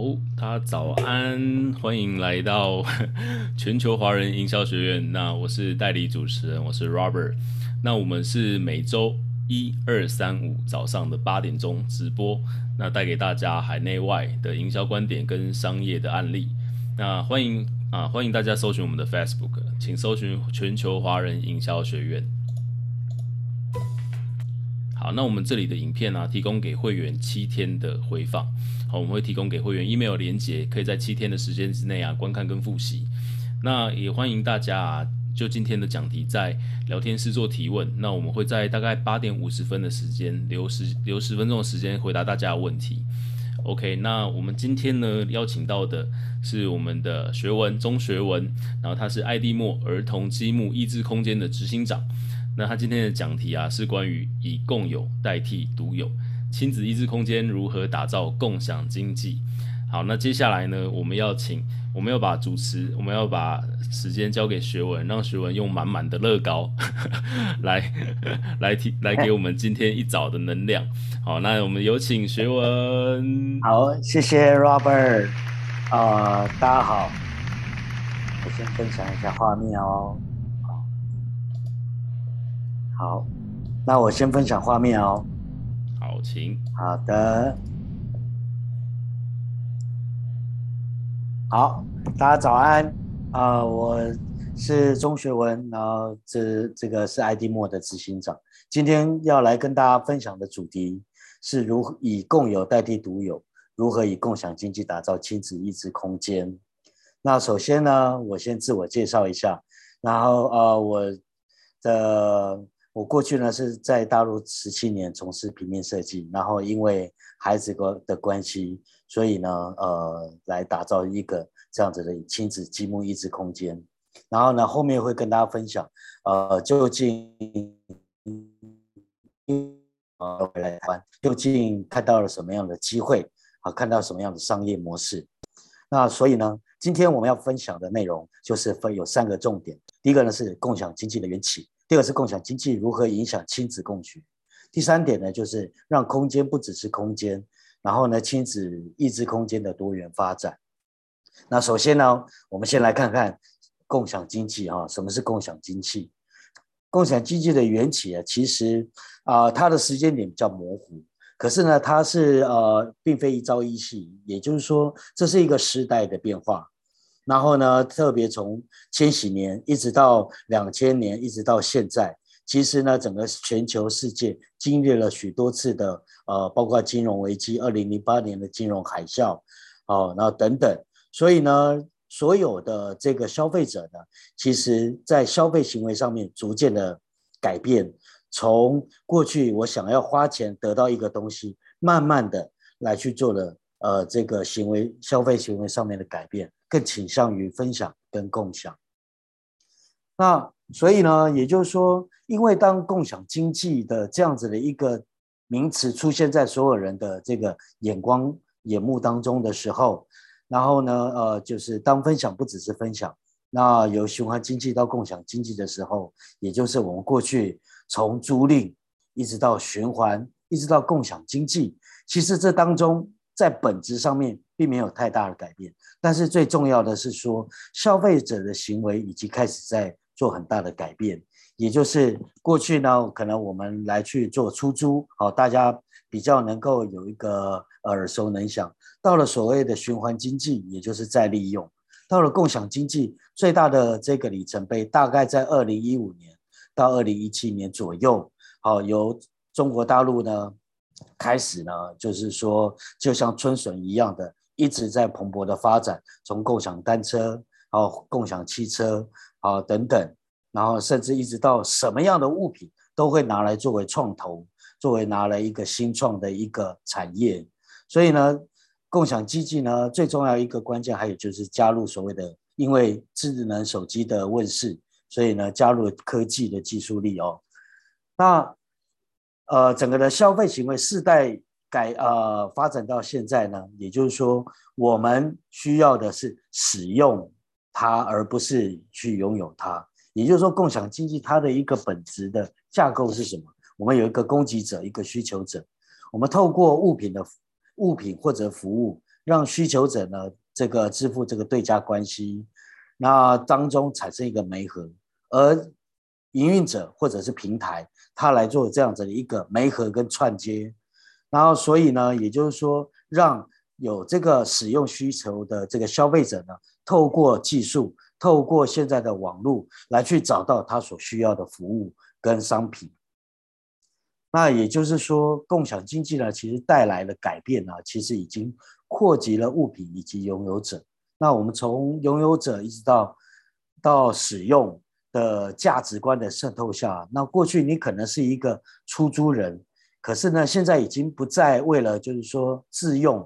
大家早安，欢迎来到全球华人营销学院。那我是代理主持人，我是 Robert。那我们是每周一、二、三、五早上的8点钟直播，那带给大家海内外的营销观点跟商业的案例。那欢迎大家搜寻我们的 Facebook，请搜寻全球华人营销学院。好，那我们这里的影片提供给会员7天的回放。好，我们会提供给会员 email 连结，可以在7天的时间之内观看跟复习。那也欢迎大家就今天的讲题在聊天室做提问。那我们会在大概8点50分的时间留10分钟的时间回答大家的问题。OK， 那我们今天呢邀请到的是我们的钟学文，然后他是爱蒂莫儿童积木益智空间的执行长。那他今天的讲题是关于以共有代替独有，亲子益智空间如何打造共享经济。好，那接下来呢，我们要把时间交给学文，让学文用满满的乐高来给我们今天一早的能量。好，那我们有请学文。 好，谢谢 Robert。大家好，我先分享一下画面哦。好，那我先分享画面哦。 好，请。 好的，好，大家早安。我是钟学文，然后这个是爱蒂莫的执行长。今天要来跟大家分享的主题是如何以共有代替独有，如何以共享经济打造亲子益智空间。那首先呢，我先自我介绍一下，然后我过去呢是在大陆17年从事平面设计，然后因为孩子的关系，所以呢来打造一个这样子的亲子积木益智空间。然后呢后面会跟大家分享究竟回来台湾究竟看到了什么样的机会看到什么样的商业模式。那所以呢，今天我们要分享的内容就是有3个重点。第一个呢是共享经济的缘起，第二个是共享经济如何影响亲子共学，第3点呢就是让空间不只是空间，然后呢亲子益智空间的多元发展。那首先呢，我们先来看看共享经济什么是共享经济？共享经济的缘起其实它的时间点比较模糊。可是呢，它是并非一朝一夕，也就是说，这是一个时代的变化。然后呢，特别从千禧年一直到2000年，一直到现在，其实呢，整个全球世界经历了许多次的包括金融危机，2008年的金融海啸，然后等等。所以呢，所有的这个消费者呢，其实在消费行为上面逐渐的改变。从过去我想要花钱得到一个东西，慢慢的来去做了这个消费行为上面的改变，更倾向于分享跟共享。那所以呢，也就是说，因为当共享经济的这样子的一个名词出现在所有人的这个眼目当中的时候，然后呢，就是当分享不只是分享，那由循环经济到共享经济的时候，也就是我们过去从租赁一直到循环，一直到共享经济，其实这当中在本质上面并没有太大的改变，但是最重要的是说，消费者的行为已经开始在做很大的改变。也就是过去呢，可能我们来去做出租，大家比较能够有一个耳熟能详。到了所谓的循环经济，也就是再利用。到了共享经济，最大的这个里程碑大概在2015年到2017年左右，由中国大陆呢开始呢，就是说就像春笋一样的一直在蓬勃的发展，从共享单车、共享汽车等等，然后甚至一直到什么样的物品都会拿来作为创投，作为拿来一个新创的一个产业。所以呢，共享经济呢最重要一个关键还有就是加入所谓的，因为智能手机的问世，所以呢加入科技的技术力那整个的消费行为世代发展到现在呢，也就是说我们需要的是使用它，而不是去拥有它。也就是说，共享经济它的一个本质的架构是什么？我们有一个供给者，一个需求者。我们透过物品或者服务让需求者呢这个支付这个对价关系，那当中产生一个媒合，而营运者或者是平台，他来做这样子的一个媒合跟串接，然后所以呢，也就是说，让有这个使用需求的这个消费者呢，透过技术，透过现在的网络来去找到他所需要的服务跟商品。那也就是说，共享经济呢，其实带来的改变呢，其实已经扩及了物品以及拥有者。那我们从拥有者一直到使用的价值观的渗透下，那过去你可能是一个出租人，可是呢，现在已经不再为了就是说自用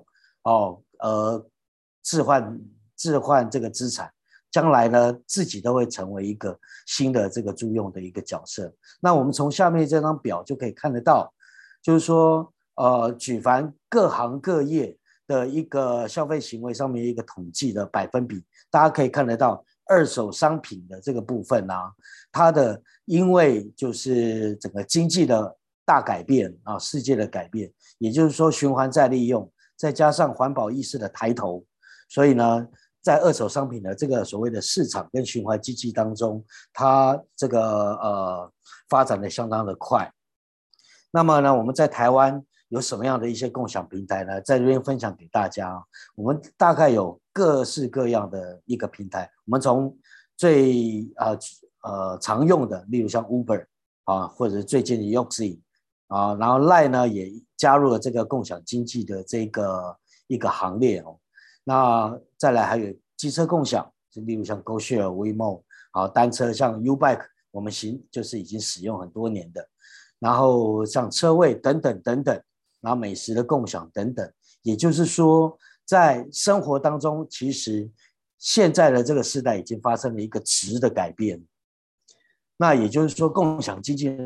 置换这个资产。将来呢，自己都会成为一个新的这个租用的一个角色。那我们从下面这张表就可以看得到，就是说，举凡各行各业的一个消费行为上面一个统计的百分比，大家可以看得到，二手商品的这个部分啊，它的因为就是整个经济的大改变啊，世界的改变，也就是说循环再利用，再加上环保意识的抬头，所以呢，在二手商品的这个所谓的市场跟循环经济当中，它这个发展的相当的快。那么呢，我们在台湾有什么样的一些共享平台呢？在这边分享给大家。我们大概有各式各样的一个平台。我们从最常用的，例如像 Uber 啊，或者最近的 Yoxi 啊，然后 Line 呢也加入了这个共享经济的这个一个行列哦。那再来还有机车共享，就例如像 GoShare、WeMo， 好，单车像 Ubike， 我们就是已经使用很多年的，然后像车位等等等等，然后美食的共享等等，也就是说，在生活当中，其实现在的这个时代已经发生了一个质的改变。那也就是说，共享经济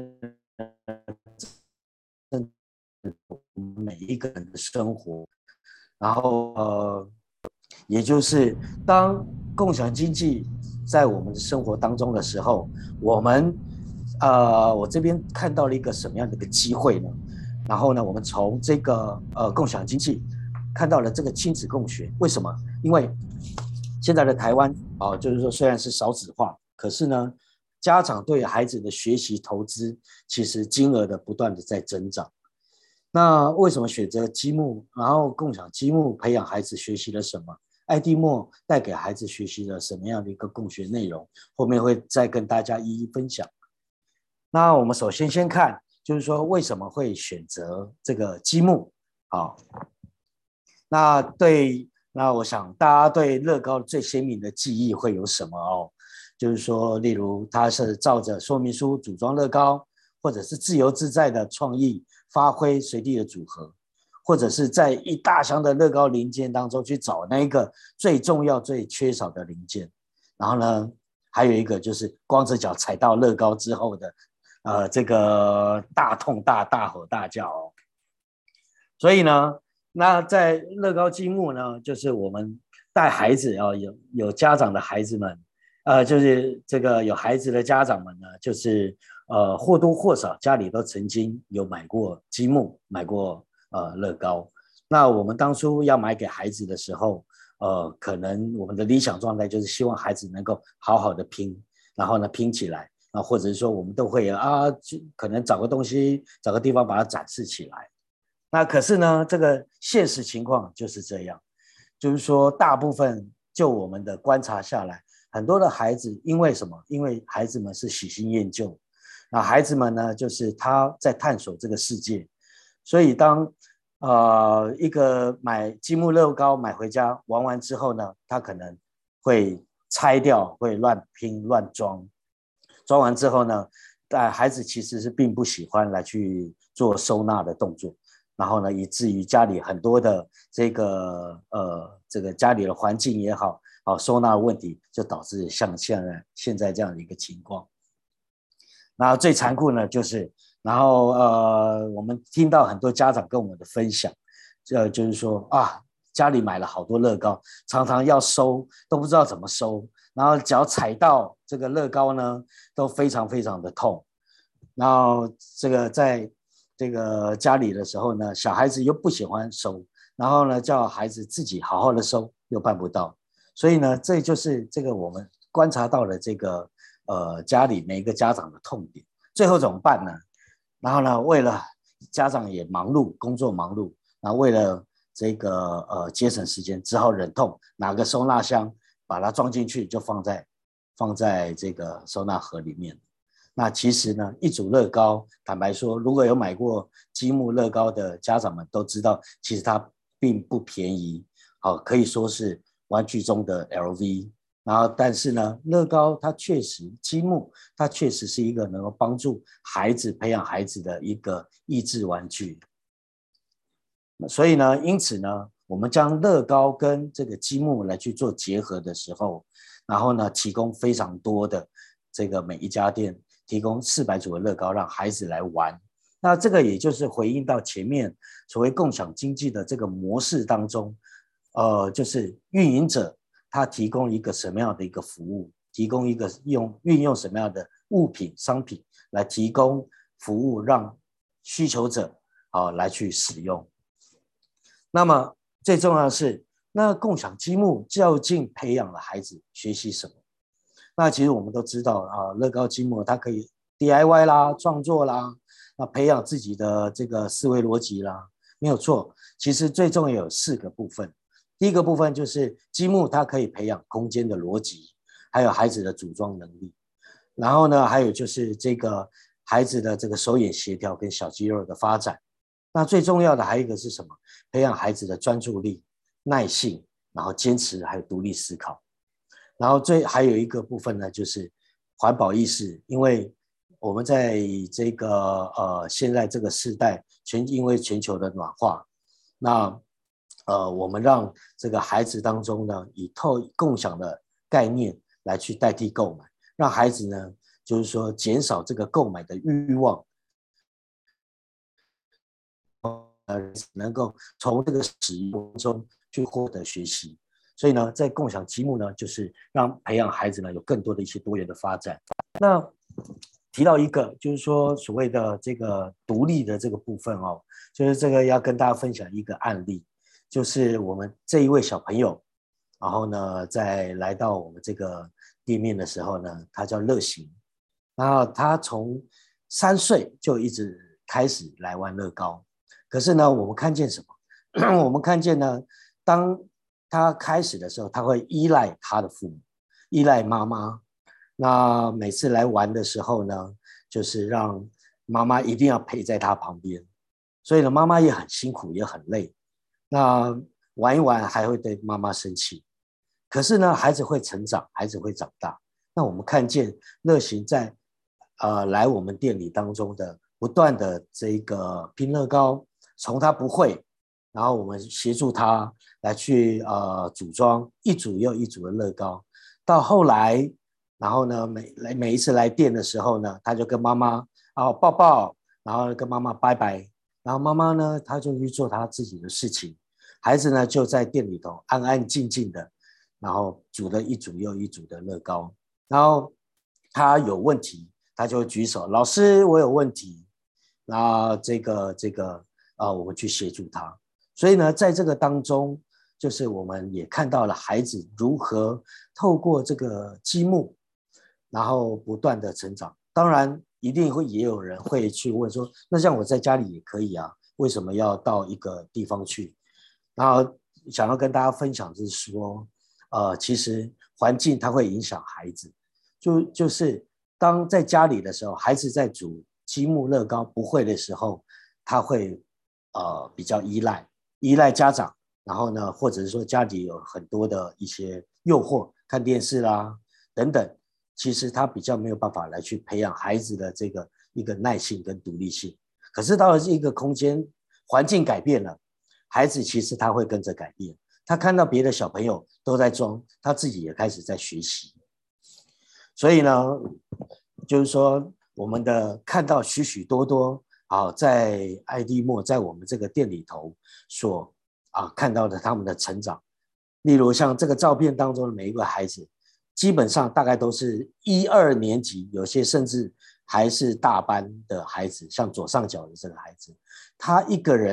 每一个人的生活，然后也就是当共享经济在我们的生活当中的时候，我这边看到了一个什么样的一个机会呢？然后呢，我们从这个共享经济看到了这个亲子共学，为什么？因为现在的台湾就是说虽然是少子化，可是呢，家长对孩子的学习投资其实金额的不断的在增长。那为什么选择积木，然后共享积木培养孩子学习了什么？爱地墨带给孩子学习了什么样的一个共学内容？后面会再跟大家一一分享。那我们首先先看，就是说为什么会选择这个积木？好，那我想大家对乐高最鲜明的记忆会有什么哦？就是说，例如它是照着说明书组装乐高，或者是自由自在的创意发挥随地的组合，或者是在一大箱的乐高零件当中去找那一个最重要、最缺少的零件。然后呢，还有一个就是光着脚踩到乐高之后的这个大痛大吼大叫哦。所以呢，那在乐高积木呢，就是我们带孩子有家长的孩子们，就是这个有孩子的家长们呢，就是或多或少家里都曾经有买过积木，买过乐高。那我们当初要买给孩子的时候，可能我们的理想状态就是希望孩子能够好好的拼，然后呢拼起来，或者是说我们都会可能找个东西，找个地方把它展示起来。那可是呢，这个现实情况就是这样，就是说大部分就我们的观察下来，很多的孩子因为什么？因为孩子们是喜新厌旧，那孩子们呢，就是他在探索这个世界，所以当一个买积木乐高买回家玩完之后呢，他可能会拆掉，会乱拼乱装，装完之后呢，孩子其实是并不喜欢来去做收纳的动作。然后呢，以至于家里很多的这个家里的环境也好，收纳的问题，就导致像现在这样的一个情况。然后最残酷呢，就是然后我们听到很多家长跟我们的分享，就是说家里买了好多乐高，常常要收都不知道怎么收，然后只要踩到这个乐高呢，都非常非常的痛。然后这个在这个家里的时候呢，小孩子又不喜欢收， 然后呢叫孩子自己好好的收，又办不到。所以呢，这就是这个我们观察到的这个家里每一个家长的痛点。最后怎么办呢？然后呢，为了家长也忙碌，工作忙碌，然后为了这个节省时间，只好忍痛拿个收纳箱把它装进去，就放在这个收纳盒里面。那其实呢，一组乐高，坦白说，如果有买过积木乐高的家长们都知道，其实它并不便宜，可以说是玩具中的 LV。然后，但是呢，乐高它确实，积木它确实是一个能够帮助孩子培养孩子的一个益智玩具。所以呢，因此呢，我们将乐高跟这个积木来去做结合的时候，然后呢，提供非常多的这个每一家店提供400组的乐高让孩子来玩。那这个也就是回应到前面所谓共享经济的这个模式当中，就是运营者他提供一个什么样的一个服务，提供一个运用什么样的物品商品来提供服务，让需求者来去使用。那么最重要的是，那共享积木究竟培养了孩子学习什么？那其实我们都知道乐高积木它可以 DIY 啦、创作啦，那培养自己的这个思维逻辑啦，没有错。其实最重要有4个部分。第一个部分就是积木它可以培养空间的逻辑，还有孩子的组装能力。然后呢，还有就是这个孩子的这个手眼协调跟小肌肉的发展。那最重要的还有一个是什么？培养孩子的专注力、耐性，然后坚持，还有独立思考。然后还有一个部分呢，就是环保意识，因为我们在这个现在这个世代，因为全球的暖化，那我们让这个孩子当中呢，以共享的概念来去代替购买，让孩子呢，就是说减少这个购买的欲望。能够从这个使用中去获得学习。所以呢，在共享积木呢，就是让培养孩子呢有更多的一些多元的发展。那提到一个，就是说所谓的这个独立的这个部分就是这个要跟大家分享一个案例，就是我们这一位小朋友，然后呢，在来到我们这个店面的时候呢，他叫乐行，然后他从3岁就一直开始来玩乐高。可是呢，我们看见什么？我们看见呢，当他开始的时候，他会依赖他的父母，依赖妈妈。那每次来玩的时候呢，就是让妈妈一定要陪在他旁边。所以呢，妈妈也很辛苦，也很累。那玩一玩还会对妈妈生气。可是呢，孩子会成长，孩子会长大。那我们看见乐行在来我们店里当中的不断的这个拼乐高。从他不会，然后我们协助他来去组装一组又一组的乐高，到后来，然后呢每一次来店的时候呢，他就跟妈妈抱抱，然后跟妈妈拜拜，然后妈妈呢他就去做他自己的事情，孩子呢就在店里头安安静静的，然后组了一组又一组的乐高，然后他有问题他就会举手，老师我有问题，那这个我们去协助他。所以呢，在这个当中，就是我们也看到了孩子如何透过这个积木，然后不断的成长。当然，一定也有人会去问说，那像我在家里也可以啊，为什么要到一个地方去？然后想要跟大家分享就是说，其实环境它会影响孩子，就是当在家里的时候，孩子在组积木乐高不会的时候，他会比较依赖家长，然后呢，或者是说家里有很多的一些诱惑，看电视啦等等，其实他比较没有办法来去培养孩子的这个一个耐性跟独立性。可是到了一个空间环境改变了，孩子其实他会跟着改变，他看到别的小朋友都在装，他自己也开始在学习。所以呢，就是说我们看到许许多多在ID Mall在我们这个店里头所看到的他们的成长，例如像这个照片当中的每一个孩子，基本上大概都是1、2年级，有些甚至还是大班的孩子，像左上角的这个孩子，他一个人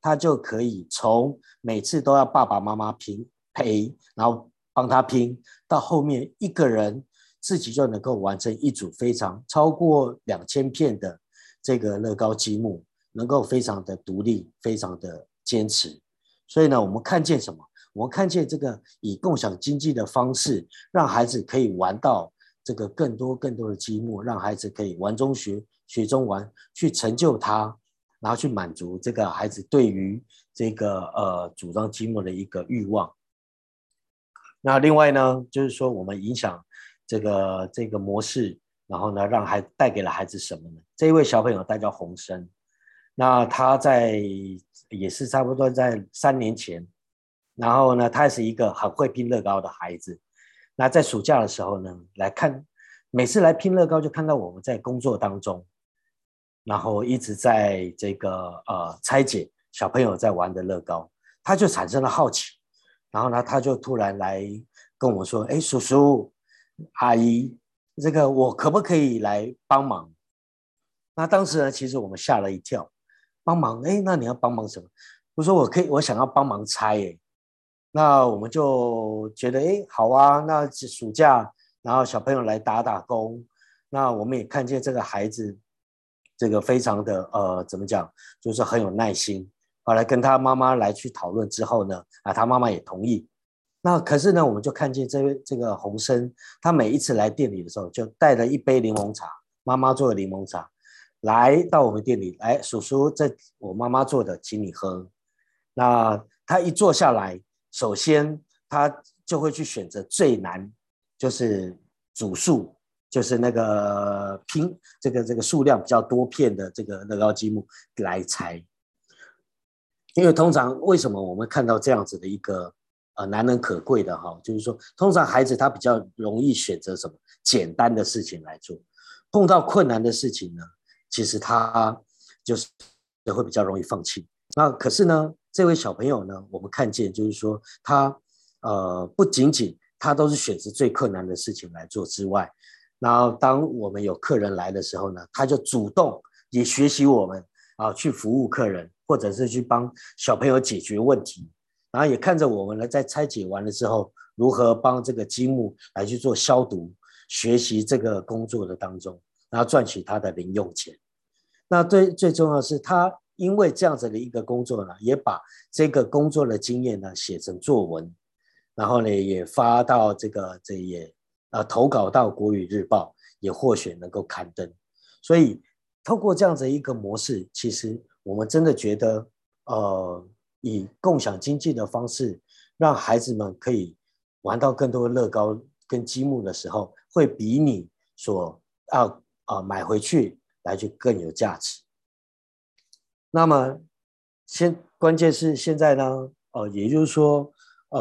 他就可以从每次都要爸爸妈妈陪，然后帮他拼，到后面一个人自己就能够完成一组超过2000片的这个乐高积木，能够非常的独立，非常的坚持。所以呢，我们看见什么？我们看见这个以共享经济的方式，让孩子可以玩到这个更多的积木，让孩子可以玩中学，学中玩，去成就他，然后去满足这个孩子对于这个组装积木的一个欲望。那另外呢，就是说我们影响这个模式，然后呢，带给了孩子什么呢？这一位小朋友他叫洪生，那他也是差不多在3年前，然后呢，他也是一个很会拼乐高的孩子。那在暑假的时候呢，每次来拼乐高就看到我们在工作当中，然后一直在这个拆解小朋友在玩的乐高，他就产生了好奇，然后呢，他就突然来跟我说：“哎，叔叔、阿姨，这个我可不可以来帮忙？”那当时呢，其实我们吓了一跳，帮忙？哎，那你要帮忙什么？我说我想要帮忙拆。哎，那我们就觉得，哎，好啊，那暑假，然后小朋友来打工，那我们也看见这个孩子，这个非常的怎么讲，就是很有耐心。后来跟他妈妈来去讨论之后呢，他妈妈也同意。那可是呢，我们就看见这个洪生，他每一次来店里的时候，就带了一杯柠檬茶，妈妈做的柠檬茶，来到我们店里，来，叔叔，这我妈妈做的，请你喝。那他一坐下来，首先他就会去选择最难，就是组数，就是那个拼这个数量比较多片的这个乐高积木来拆。因为通常为什么我们看到这样子的一个难能可贵的哈，就是说通常孩子他比较容易选择什么简单的事情来做，碰到困难的事情呢，其实他就是会比较容易放弃。那可是呢，这位小朋友呢，我们看见就是说他不仅仅他都是选择最困难的事情来做之外，然后当我们有客人来的时候呢，他就主动也学习我们去服务客人，或者是去帮小朋友解决问题，然后也看着我们呢在拆解完了之后，如何帮这个积木来去做消毒，学习这个工作的当中，然后赚取他的零用钱。那最重要的是，他因为这样子的一个工作呢，也把这个工作的经验呢写成作文，然后呢也发到投稿到国语日报，也或许能够刊登。所以透过这样子一个模式，其实我们真的觉得以共享经济的方式，让孩子们可以玩到更多的乐高跟积木的时候，会比你所买回去来去更有价值。那么关键是现在呢，也就是说，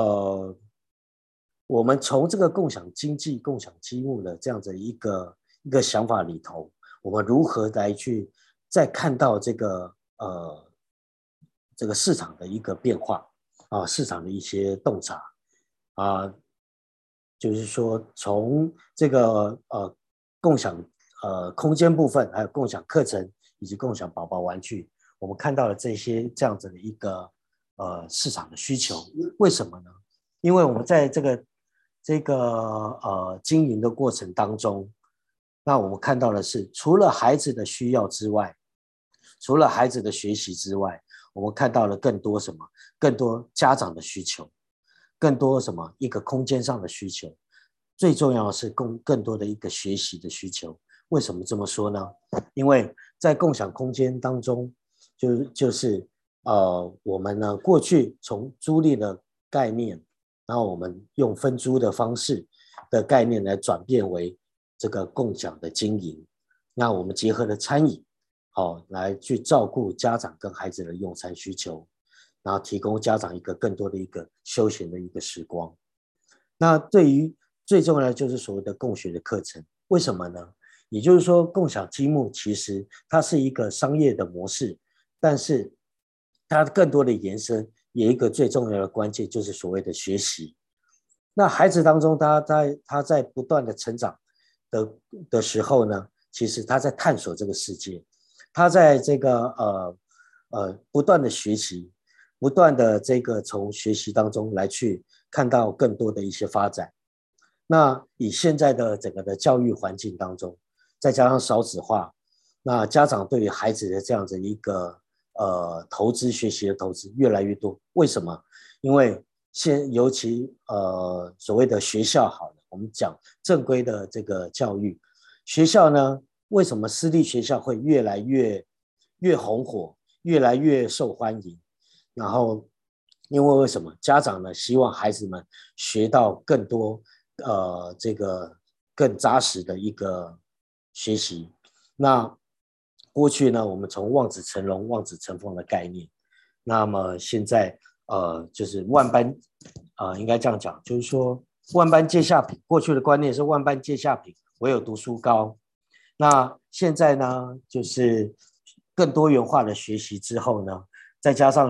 我们从这个共享经济、共享积木的这样子一个想法里头，我们如何来去再看到这个市场的一个变化市场的一些洞察就是说从这个共享空间部分，还有共享课程以及共享宝宝玩具，我们看到了这样子的一个市场的需求。为什么呢？因为我们在这个经营的过程当中，那我们看到的是，除了孩子的需要之外，除了孩子的学习之外，我们看到了更多什么？更多家长的需求，更多什么？一个空间上的需求，最重要的是更多的一个学习的需求。为什么这么说呢？因为在共享空间当中，就是我们呢过去从租赁的概念，然后我们用分租的方式的概念来转变为这个共享的经营。那我们结合了餐饮，来去照顾家长跟孩子的用餐需求，然后提供家长一个更多的一个休闲的一个时光。那对于最重要的就是所谓的共学的课程，为什么呢？也就是说，共享积木其实它是一个商业的模式，但是它更多的延伸，有一个最重要的关键就是所谓的学习。那孩子当中，他在不断的成长的时候呢，其实他在探索这个世界，他在这个不断的学习， 不断的这个从学习当中来去看到更多的一些发展。那以现在的整个的教育环境当中，再加上少子化，那家长对于孩子的这样子一个投资学习的投资越来越多。为什么？因为尤其所谓的学校好了，我们讲正规的这个教育学校呢，为什么私立学校会越来越红火，越来越受欢迎？然后因为什么？家长呢希望孩子们学到更多这个更扎实的一个学习。那过去呢，我们从望子成龙、望子成凤的概念，那么现在就是万般应该这样讲，就是说万般皆下品。过去的观念是万般皆下品，唯有读书高。那现在呢，就是更多元化的学习之后呢，再加上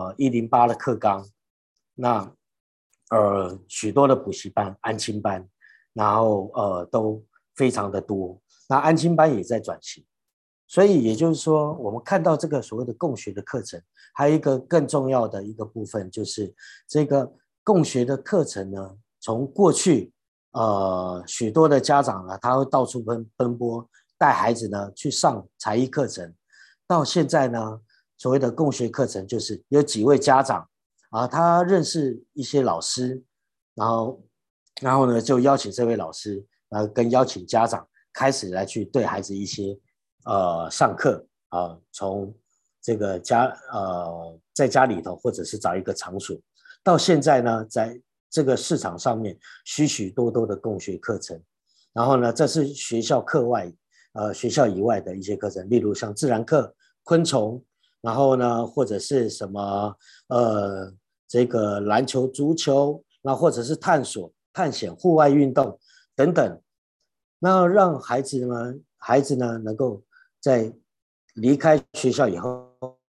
108的课纲，那许多的补习班、安亲班，然后都非常的多。那安亲班也在转型，所以也就是说，我们看到这个所谓的共学的课程，还有一个更重要的一个部分，就是这个共学的课程呢，从过去许多的家长呢，他会到处奔波，带孩子呢去上才艺课程，到现在呢，所谓的共学课程，就是有几位家长他认识一些老师，然后呢就邀请这位老师，跟邀请家长开始来去对孩子一些上课从这个在家里头，或者是找一个场所。到现在呢，在这个市场上面许许多多的共学课程，然后呢，这是学校课外学校以外的一些课程，例如像自然课、昆虫，然后呢，或者是什么这个篮球、足球，那或者是探索、探险、户外运动等等，那让孩子呢能够在离开学校以后，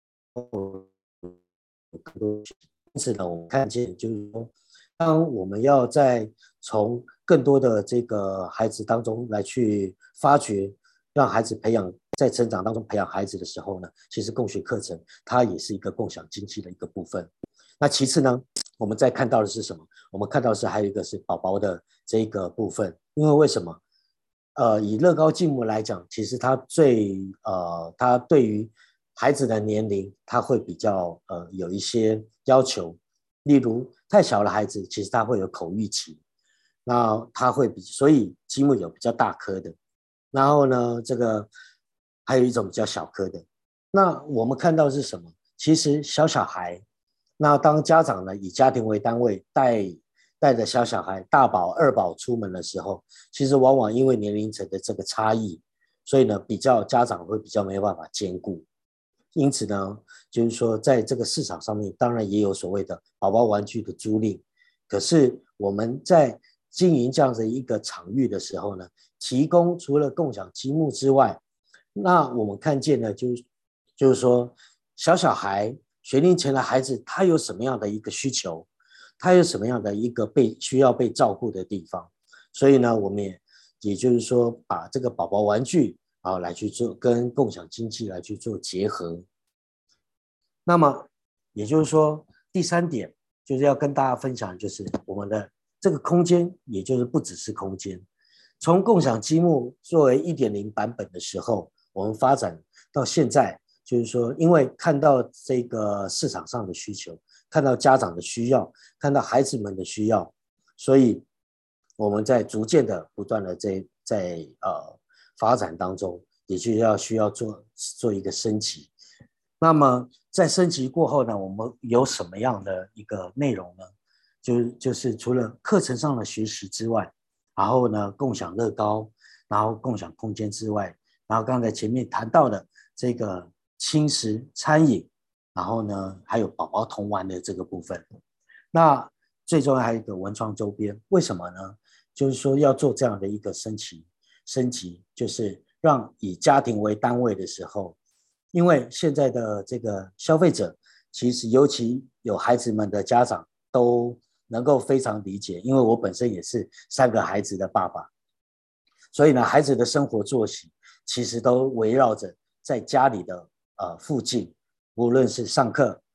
因此呢，我们看见就是说，当我们要从更多的这个孩子当中来去发掘，让孩子在成长当中培养孩子的时候呢，其实共学课程它也是一个共享经济的一个部分。那其次呢，我们再看到的是什么？我们看到的是还有一个是宝宝的这个部分，因为为什么？以乐高积木来讲，其实它对于孩子的年龄，它会比较有一些要求，例如太小的孩子，其实他会有口欲期，那他会所以积木有比较大颗的，然后呢，这个还有一种比较小颗的。那我们看到是什么？其实小孩，那当家长呢以家庭为单位带着小孩大宝二宝出门的时候，其实往往因为年龄层的这个差异，所以呢家长会比较没有办法兼顾。因此呢，就是说在这个市场上面，当然也有所谓的宝宝玩具的租赁，可是我们在经营这样的一个场域的时候呢，提供除了共享积木之外，那我们看见呢，就是说小孩学龄前的孩子，他有什么样的一个需求，他有什么样的一个需要被照顾的地方，所以呢，我们也就是说把这个宝宝玩具来去做跟共享经济来去做结合。那么也就是说，第三点就是要跟大家分享，就是我们的这个空间，也就是不只是空间。从共享积木作为 1.0 版本的时候，我们发展到现在，就是说，因为看到这个市场上的需求，看到家长的需要，看到孩子们的需要，所以我们在逐渐的不断的在发展当中，也就需要做一个升级。那么在升级过后呢，我们有什么样的一个内容呢？就是除了课程上的学习之外，然后呢共享乐高，然后共享空间之外，然后刚才前面谈到的这个轻食餐饮，然后呢还有宝宝童玩的这个部分。那最重要还有一个文创周边，为什么呢？就是说要做这样的一个升级，就是让以家庭为单位的时候，因为现在的这个消费者，其实尤其有孩子们的家长都能够非常理解，因为我本身也是3个孩子的爸爸，所以呢，孩子的生活作息其实都围绕着在家里的附近，无论是上课、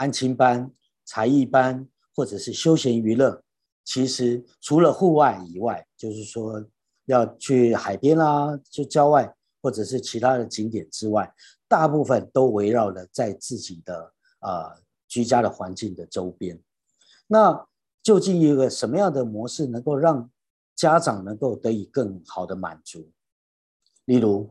安亲班、才艺班或者是休闲娱乐，其实除了户外以外，就是说要去海边啦、去郊外或者是其他的景点之外，大部分都围绕了在自己的居家的环境的周边。那究竟一个什么样的模式能够让家长能够得以更好的满足？例如，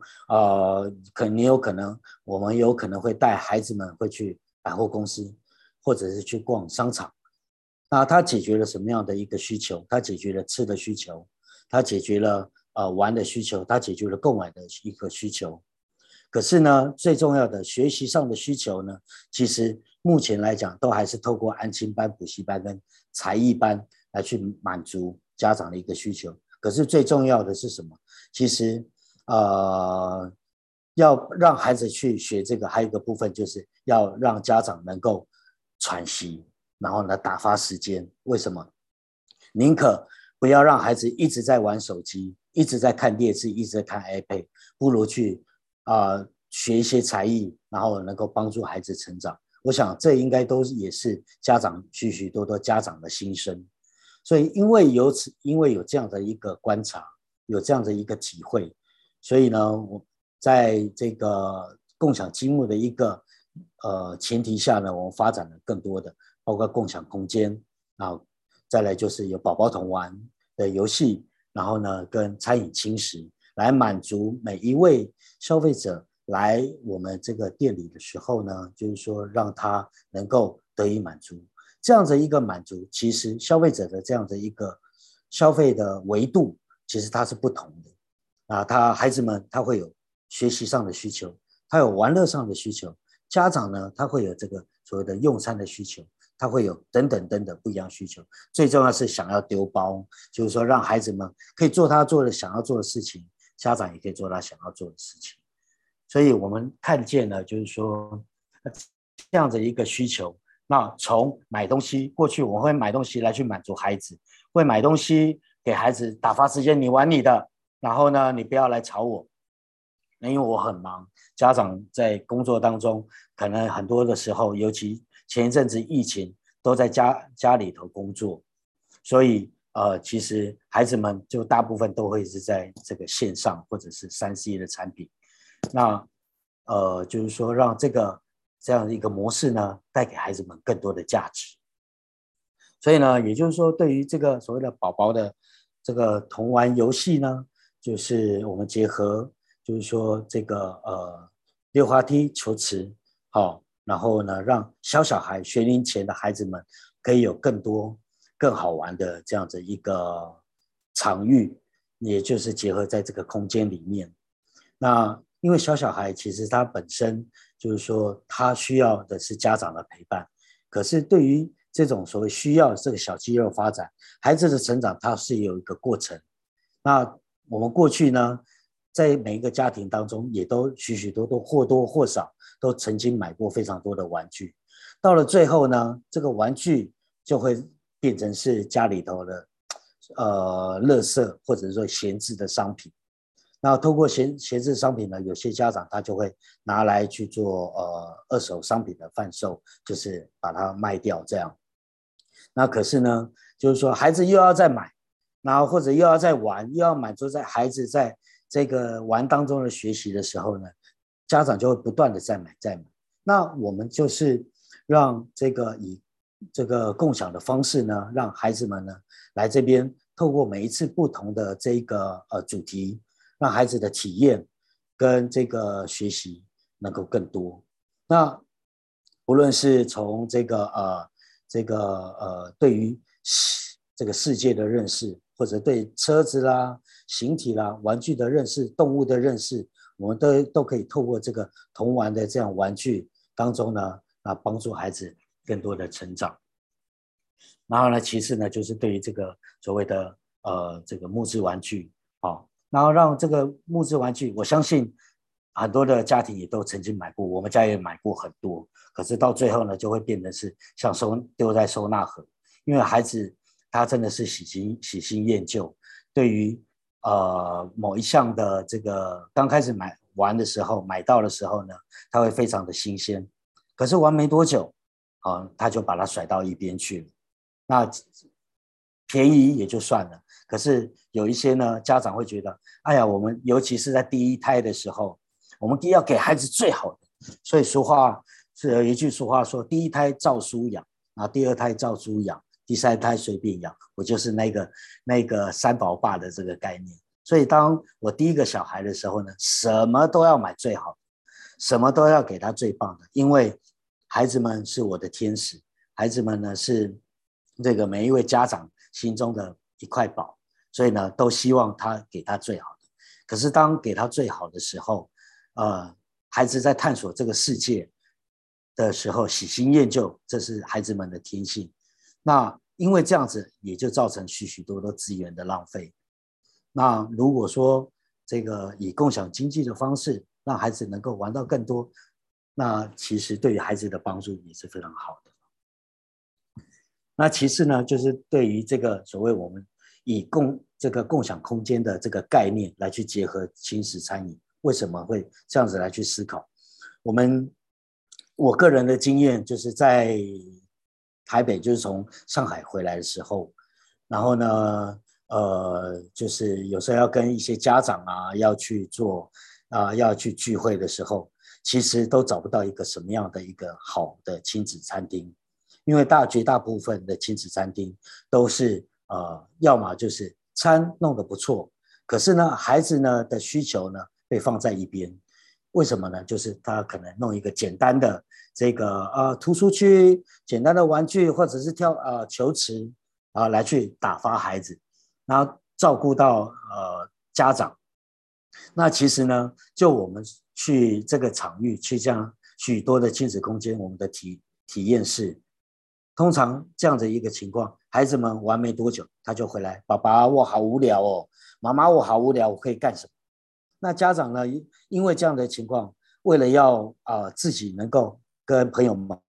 我们有可能会带孩子们会去百货公司，或者是去逛商场。那他解决了什么样的一个需求？他解决了吃的需求，他解决了玩的需求，他解决了购买的一个需求。可是呢，最重要的学习上的需求呢，其实目前来讲都还是透过安亲班、补习班跟才艺班来去满足家长的一个需求。可是最重要的是什么？其实要让孩子去学这个，还有一个部分就是要让家长能够喘息，然后呢打发时间。为什么？宁可不要让孩子一直在玩手机，一直在看电视，一直在看 iPad， 不如去学一些才艺，然后能够帮助孩子成长。我想这应该都也是家长许许多多家长的心声。所以因为有这样的一个观察，有这样的一个体会，所以呢，我在这个共享积木的一个前提下呢，我们发展了更多的，包括共享空间，然后再来就是有宝宝童玩的游戏，然后呢跟餐饮轻食，来满足每一位消费者来我们这个店里的时候呢，就是说让他能够得以满足。这样的一个满足，其实消费者的这样的一个消费的维度，其实它是不同的孩子们他会有学习上的需求，他有玩乐上的需求，家长呢他会有这个所谓的用餐的需求，他会有等等等等不一样需求。最重要是想要丢包，就是说让孩子们可以做他想要做的事情，家长也可以做他想要做的事情。所以我们看见了，就是说这样的一个需求。那从买东西，过去我会买东西来去满足孩子，会买东西给孩子打发时间，你玩你的，然后呢，你不要来吵我，因为我很忙。家长在工作当中，可能很多的时候，尤其前一阵子疫情，都在家里头工作，所以其实孩子们就大部分都会是在这个线上或者是3C 的产品。那就是说让这样的一个模式呢，带给孩子们更多的价值。所以呢，也就是说，对于这个所谓的宝宝的这个童玩游戏呢，就是我们结合，就是说这个溜滑梯、球池，然后呢，让小孩学龄前的孩子们可以有更多更好玩的这样的一个场域，也就是结合在这个空间里面。那因为小孩其实他本身就是说他需要的是家长的陪伴，可是对于这种所谓需要这个小肌肉发展，孩子的成长它是有一个过程。那我们过去呢，在每一个家庭当中，也都许许多多或多或少都曾经买过非常多的玩具，到了最后呢，这个玩具就会变成是家里头的垃圾或者说闲置的商品。那透过闲置商品呢，有些家长他就会拿来去做二手商品的贩售，就是把它卖掉这样。那可是呢，就是说孩子又要再买，然后或者又要再玩，又要满足在孩子在这个玩当中的学习的时候呢，家长就会不断的再买。那我们就是让以这个共享的方式呢，让孩子们呢来这边，透过每一次不同的这个主题，让孩子的体验跟这个学习能够更多。那无论是从对于这个世界的认识，或者对车子啦、形体啦、玩具的认识、动物的认识，我们都可以透过这个童玩的这样玩具当中呢，帮助孩子更多的成长。然后呢，其次呢，就是对于这个所谓的这个木质玩具，然后让这个木质玩具，我相信很多的家庭也都曾经买过，我们家也买过很多，可是到最后呢，就会变成是像丢在收纳盒，因为孩子他真的是喜新厌旧，对于某一项的这个刚开始玩的时候，买到的时候呢，他会非常的新鲜，可是玩没多久， 他就把它甩到一边去了。那便宜也就算了，可是有一些呢，家长会觉得，哎呀，我们尤其是在第一胎的时候，我们要给孩子最好的。所以俗话是有一句俗话说，第一胎照书养，然后第二胎照猪养，第三胎随便养。我就是那个三宝爸的这个概念。所以当我第一个小孩的时候呢，什么都要买最好的，什么都要给他最棒的，因为孩子们是我的天使，孩子们呢是这个每一位家长心中的一块宝，所以呢都希望他给他最好的。可是当给他最好的时候，孩子在探索这个世界的时候喜新厌旧，这是孩子们的天性。那因为这样子也就造成许许多多资源的浪费。那如果说这个以共享经济的方式让孩子能够玩到更多，那其实对于孩子的帮助也是非常好的。那其次呢，就是对于这个所谓我们以这个共享空间的这个概念来去结合亲子餐饮，为什么会这样子来去思考？我个人的经验就是在台北，就是从上海回来的时候，然后呢，就是有时候要跟一些家长啊要去做要去聚会的时候，其实都找不到一个什么样的一个好的亲子餐厅，因为绝大部分的亲子餐厅都是要么就是餐弄得不错，可是呢，孩子呢的需求呢被放在一边。为什么呢？就是他可能弄一个简单的这个图书区，简单的玩具或者是球池来去打发孩子，然后照顾到家长。那其实呢，就我们去这个场域去这样许多的亲子空间，我们的体验是，通常这样的一个情况，孩子们玩没多久，他就回来，爸爸我好无聊哦，妈妈我好无聊，我可以干什么？那家长呢，因为这样的情况，为了要自己能够跟朋友们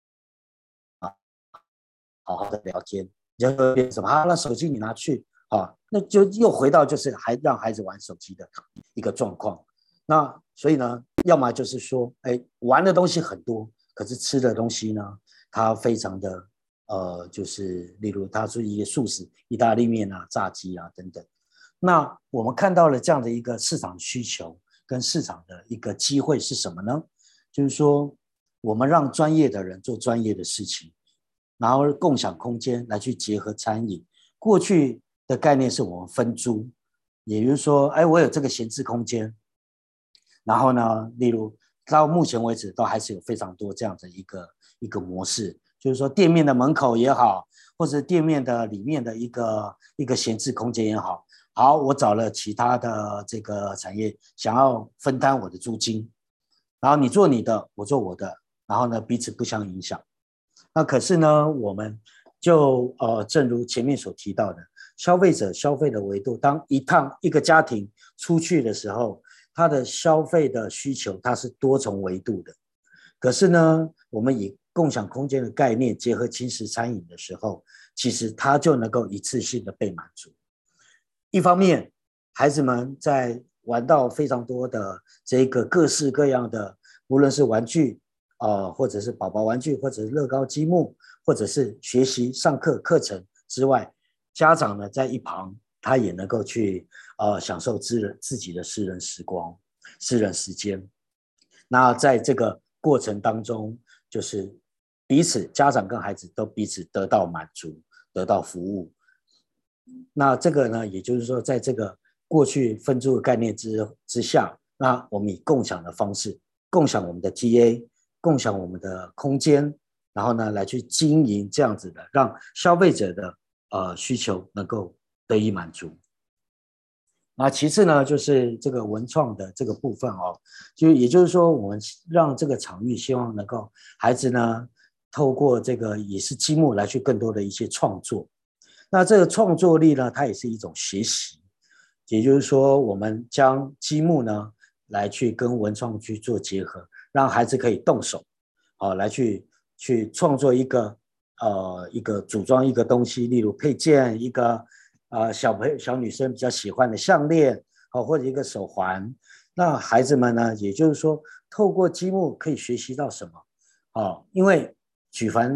好好的聊天，就会变什么那手机你拿去那就又回到就是让孩子玩手机的一个状况。那所以呢，要么就是说，玩的东西很多，可是吃的东西呢，它非常的就是例如它是一些素食，意大利面啊、炸鸡啊等等。那我们看到了这样的一个市场需求跟市场的一个机会是什么呢？就是说，我们让专业的人做专业的事情，然后共享空间来去结合餐饮。过去的概念是我们分租，也就是说，我有这个闲置空间，然后呢，例如到目前为止都还是有非常多这样的一个模式，就是说店面的门口也好，或者店面的里面的一个闲置空间也好，好，我找了其他的这个产业想要分担我的租金，然后你做你的，我做我的，然后呢彼此不相影响。那可是呢，我们就正如前面所提到的，消费者消费的维度，当一个家庭出去的时候，它的消费的需求它是多重维度的。可是呢，我们以共享空间的概念结合轻食餐饮的时候，其实它就能够一次性的被满足。一方面，孩子们在玩到非常多的这个各式各样的，无论是玩具或者是宝宝玩具，或者是乐高积木，或者是学习上课课程之外，家长呢在一旁，他也能够去享受自己的私人时光、私人时间。那在这个过程当中，就是彼此家长跟孩子都彼此得到满足，得到服务。那这个呢，也就是说，在这个过去分租的概念之下，那我们以共享的方式，共享我们的 TA， 共享我们的空间，然后呢，来去经营这样子的，让消费者的需求能够得以满足。那其次呢，就是这个文创的这个部分也就是说，我们让这个场域希望能够孩子呢，透过这个也是积木来去更多的一些创作。那这个创作力呢，它也是一种学习，也就是说，我们将积木呢来去跟文创去做结合，让孩子可以动手，来去创作一个组装一个东西，例如配件，一个小女生比较喜欢的项链，或者一个手环。那孩子们呢，也就是说，透过积木可以学习到什么？因为举凡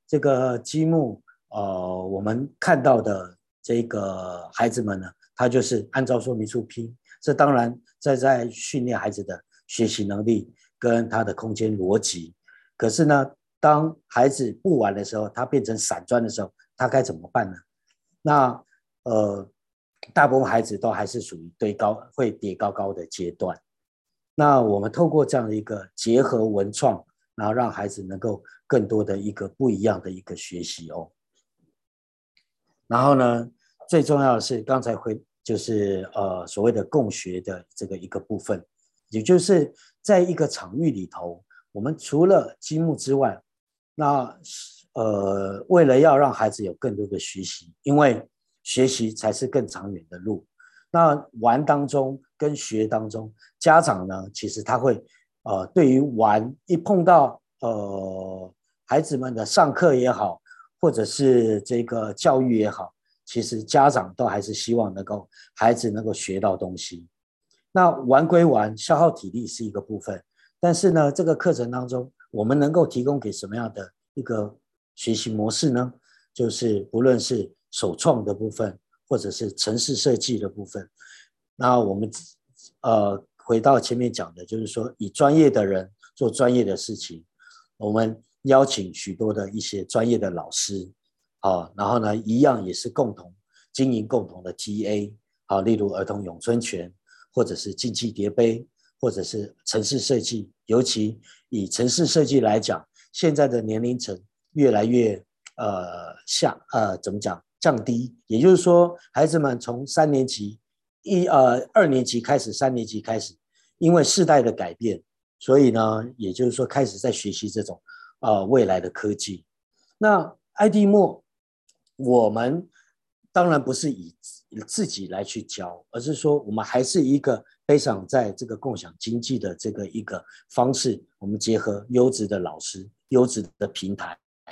这个积木，我们看到的这个孩子们呢，他就是按照说明书拼，这当然在训练孩子的学习能力跟他的空间逻辑。可是呢，当孩子不玩的时候，他变成散砖的时候，他该怎么办呢？那大部分孩子都还是属于会叠高高的阶段。那我们透过这样的一个结合文创，然后让孩子能够更多的一个不一样的一个学习哦。然后呢，最重要的是刚才就是所谓的共学的这个一个部分，也就是在一个场域里头，我们除了积木之外，那为了要让孩子有更多的学习，因为学习才是更长远的路。那玩当中跟学当中，家长呢，其实他会对于玩一碰到孩子们的上课也好，或者是这个教育也好，其实家长都还是希望孩子能够学到东西。那玩归玩，消耗体力是一个部分，但是呢，这个课程当中，我们能够提供给什么样的一个学习模式呢？就是不论是手创的部分，或者是程式设计的部分，那我们回到前面讲的，就是说以专业的人做专业的事情，我们邀请许多的一些专业的老师，然后呢，一样也是共同经营共同的 TA，例如儿童咏春拳，或者是竞技叠杯，或者是程式设计。尤其以程式设计来讲，现在的年龄层越来越怎么讲降低，也就是说，孩子们从2年级开始，3年级开始，因为世代的改变，所以呢，也就是说开始在学习这种未来的科技。那ID More，我们当然不是以自己来去教，而是说我们还是一个非常在这个共享经济的这个一个方式，我们结合优质的老师、优质的平台，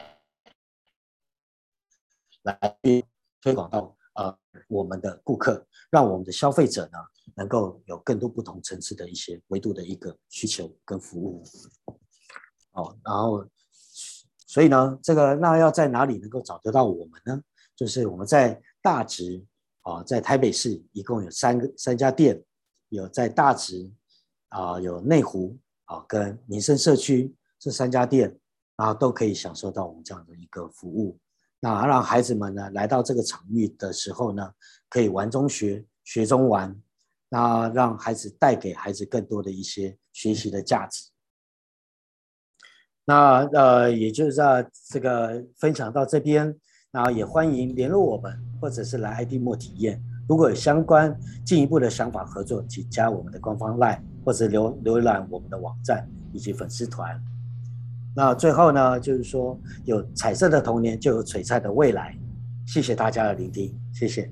来推广到我们的顾客，让我们的消费者呢能够有更多不同层次的一些维度的一个需求跟服务。然后所以呢，那要在哪里能够找得到我们呢？就是我们在大直在台北市一共有三家店，有在大直有内湖跟民生社区这3家店，然后都可以享受到我们这样的一个服务。那让孩子们呢来到这个场域的时候呢，可以玩中学，学中玩，那让孩子带给孩子更多的一些学习的价值。那也就是这个分享到这边，然后也欢迎联络我们，或者是来 ID More 体验。如果有相关进一步的想法合作，请加我们的官方 LINE， 或者浏览我们的网站以及粉丝团。那最后呢，就是说有彩色的童年，就有璀璨的未来。谢谢大家的聆听，谢谢。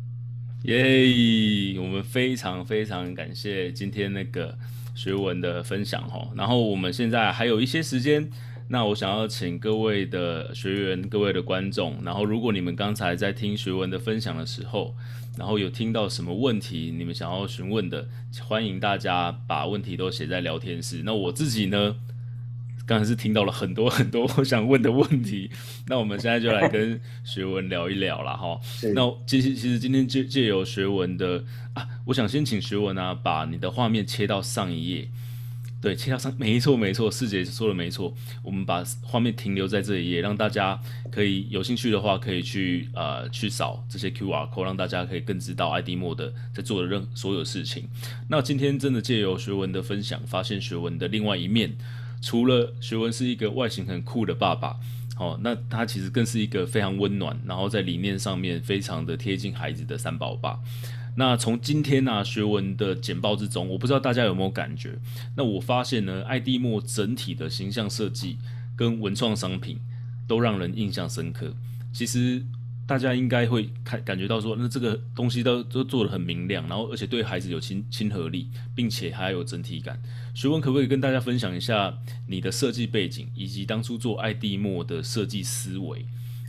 耶！我们非常非常感谢今天那个学文的分享哦。然后我们现在还有一些时间，那我想要请各位的学员、各位的观众，然后如果你们刚才在听学文的分享的时候，然后有听到什么问题，你们想要询问的，欢迎大家把问题都写在聊天室。那我自己呢，刚才是听到了很多很多我想问的问题，那我们现在就来跟学文聊一聊啦齁。那其实今天借由学文的我想先请学文把你的画面切到上一页。对，切到上，没错，师姐说的没错，我们把画面停留在这一页，让大家可以有兴趣的话，可以去扫这些 QR code， 让大家可以更知道 ID More 的在做的所有事情。那今天真的借由学文的分享，发现学文的另外一面。除了学文是一个外形很酷的爸爸，那他其实更是一个非常温暖，然后在理念上面非常的贴近孩子的三宝爸。那从今天学文的简报之中，我不知道大家有没有感觉，那我发现呢，ID More 整体的形象设计跟文创商品都让人印象深刻。其实大家应该会感觉到说，那这个东西都做得很明亮，然后而且对孩子有亲和力，并且还有整体感。学文可不可以跟大家分享一下你的设计背景，以及当初做ID More的设计思维？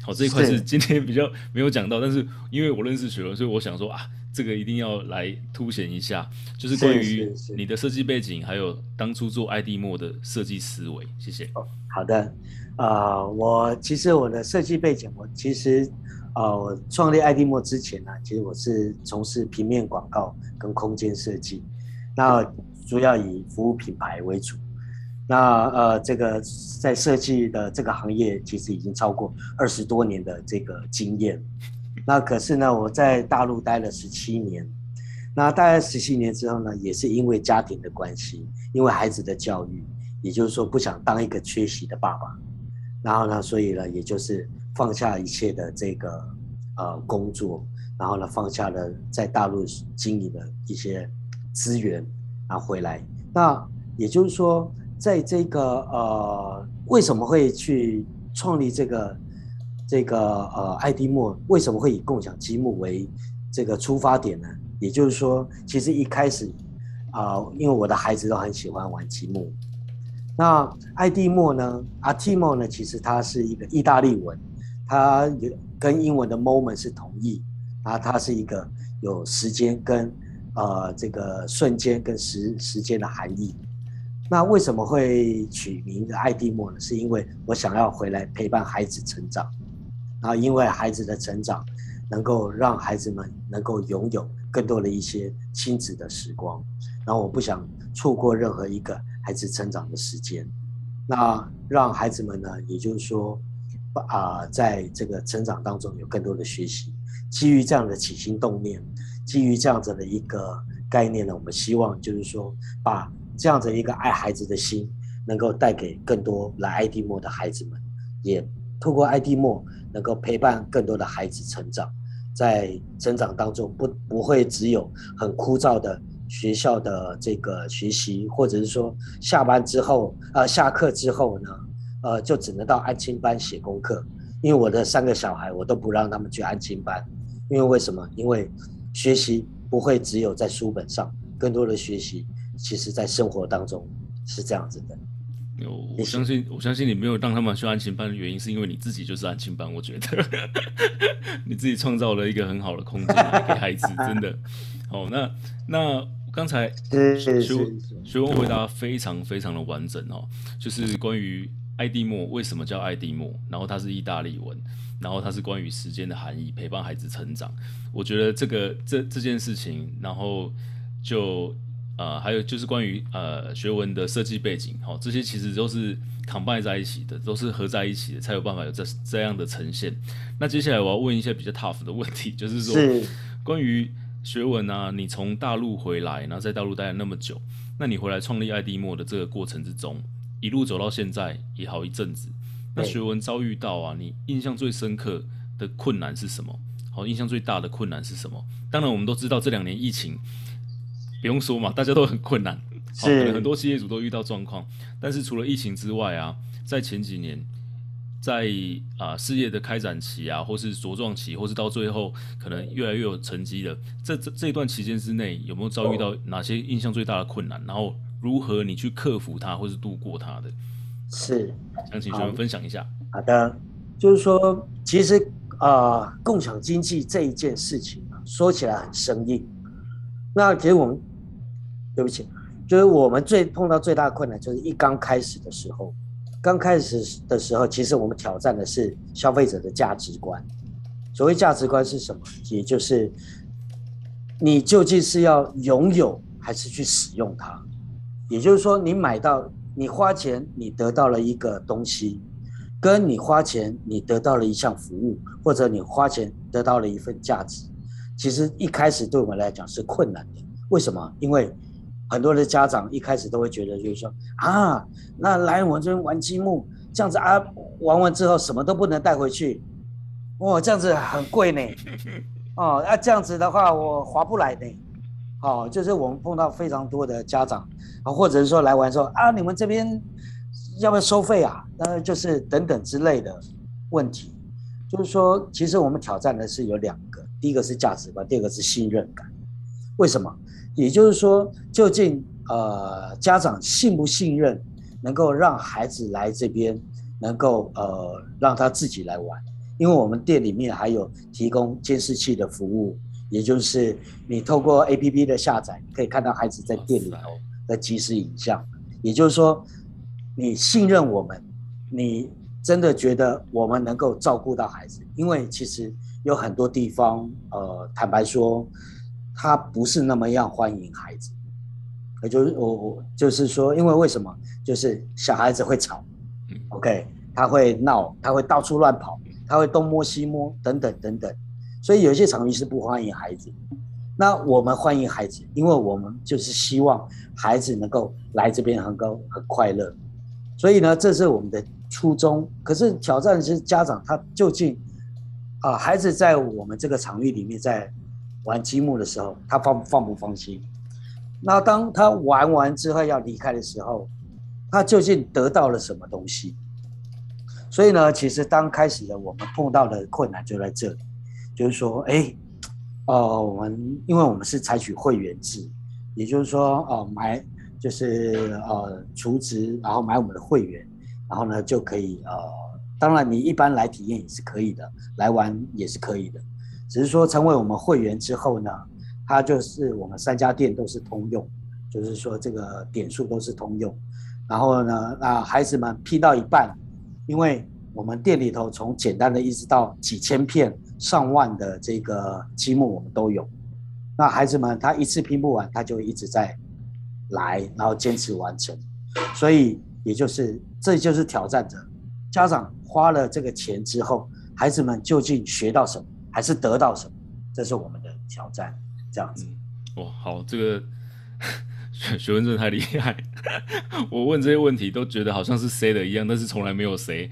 好，这一块是今天比较没有讲到，但是因为我认识雪伦，所以我想说啊，这个一定要来凸显一下，就是关于你的设计背景，还有当初做爱蒂莫的设计思维。谢谢。 好的，其实我的设计背景，我创立爱蒂莫之前呢，其实我是从事平面广告跟空间设计，那主要以服务品牌为主。那这个在设计的这个行业，其实已经超过20多年的这个经验。那可是呢，我在大陆待了17年，那大概17年之后呢，也是因为家庭的关系，因为孩子的教育，也就是说不想当一个缺席的爸爸，然后呢，所以呢，也就是放下一切的这个工作，然后呢，放下了在大陆经营的一些资源，然后回来。那也就是说，在这个为什么会去创立这个爱蒂莫，为什么会以共享积木为这个出发点呢？也就是说，其实一开始因为我的孩子都很喜欢玩积木。那爱蒂莫呢 ，Artimo 呢，其实它是一个意大利文，它跟英文的 moment 是同义，它是一个有时间跟这个瞬间跟时间的含义。那为什么会取名爱蒂莫呢？是因为我想要回来陪伴孩子成长，然后因为孩子的成长，能够让孩子们能够拥有更多的一些亲子的时光，然后我不想错过任何一个孩子成长的时间，那让孩子们呢，也就是说，在这个成长当中有更多的学习。基于这样的起心动念，基于这样子的一个概念呢，我们希望就是说，把这样子一个爱孩子的心，能够带给更多来爱蒂莫的孩子们，也透过爱蒂莫能够陪伴更多的孩子成长，在成长当中不会只有很枯燥的学校的这个学习，或者是说下班之后下课之后呢，就只能到安亲班写功课。因为我的3个小孩，我都不让他们去安亲班，因为为什么？因为学习不会只有在书本上，更多的学习其实在生活当中是这样子的。 我相信你没有让他们去安亲班的原因，是因为你自己就是安亲班。我觉得你自己创造了一个很好的空间给孩子，真的。好，那刚才学问回答非常非常的完整哦，就是关于爱蒂莫为什么叫爱蒂莫，然后它是意大利文，然后它是关于时间的含义，陪伴孩子成长。我觉得这件事情，然后就还有就是关于学文的设计背景，这些其实都是 combine 在一起的，都是合在一起的，才有办法有这样的呈现。那接下来我要问一些比较 tough 的问题，就是说关于学文啊，你从大陆回来，然后在大陆待了那么久，那你回来创立爱蒂莫的这个过程之中，一路走到现在也好一阵子，那学文遭遇到啊，你印象最深刻的困难是什么？好，印象最大的困难是什么？当然我们都知道这2年疫情不用说嘛，大家都很困难，可能很多企业主都遇到状况。但是除了疫情之外啊，在前几年，在事业的开展期啊，或是茁壮期，或是到最后可能越来越有成绩的这一段期间之内，有没有遭遇到哪些印象最大的困难？然后如何你去克服它，或是度过它的？ 是， 想请学员分享一下。 好的，就是说，其实共享经济这一件事情说起来很生硬。那其实对不起，就是我们碰到最大的困难，就是刚开始的时候，其实我们挑战的是消费者的价值观。所谓价值观是什么？也就是你究竟是要拥有还是去使用它。也就是说，你花钱，你得到了一个东西，跟你花钱你得到了一项服务，或者你花钱得到了一份价值，其实一开始对我们来讲是困难的。为什么？因为很多的家长一开始都会觉得，就是说那来我这边玩积木，这样子玩完之后什么都不能带回去，这样子很贵呢。这样子的话我划不来呢。就是我们碰到非常多的家长，或者是说来玩说你们这边要不要收费啊？就是等等之类的问题。就是说，其实我们挑战的是有2个，第一个是价值观，第二个是信任感。为什么？也就是说，究竟家长信不信任能够让孩子来这边，能够让他自己来玩？ 因为我们店里面还有提供监视器的服务，也就是你透过 APP 的下载，可以看到孩子在店里头的即时影像。也就是说，你信任我们，你真的觉得我们能够照顾到孩子，因为其实有很多地方，坦白说，他不是那么样欢迎孩子。也就是我就是说，因为为什么？就是小孩子会吵，OK，他会闹，他会到处乱跑，他会东摸西摸，等等等等。所以有些场域是不欢迎孩子。那我们欢迎孩子，因为我们就是希望孩子能够来这边很快乐。所以呢，这是我们的初衷。可是挑战是家长他究竟孩子在我们这个场域里面在玩积木的时候，他放不放心？那当他玩完之后要离开的时候，他究竟得到了什么东西？所以呢，其实当开始的我们碰到的困难就在这里，就是说，因为我们是采取会员制，也就是说，买就是储值，然后买我们的会员，然后呢就可以当然你一般来体验也是可以的，来玩也是可以的，只是说成为我们会员之后呢，它就是我们3家店都是通用，就是说这个点数都是通用。然后呢，孩子们拼到一半，因为我们店里头从简单的一直到几千片、上万的这个积木我们都有。那孩子们他一次拼不完，他就一直在来，然后坚持完成。所以这就是挑战者。家长花了这个钱之后，孩子们究竟学到什么，还是得到什么？这是我们的挑战。这样子。 哇，好，这个学问真的太厉害。我问这些问题都觉得好像是谁的一样，但是从来没有谁。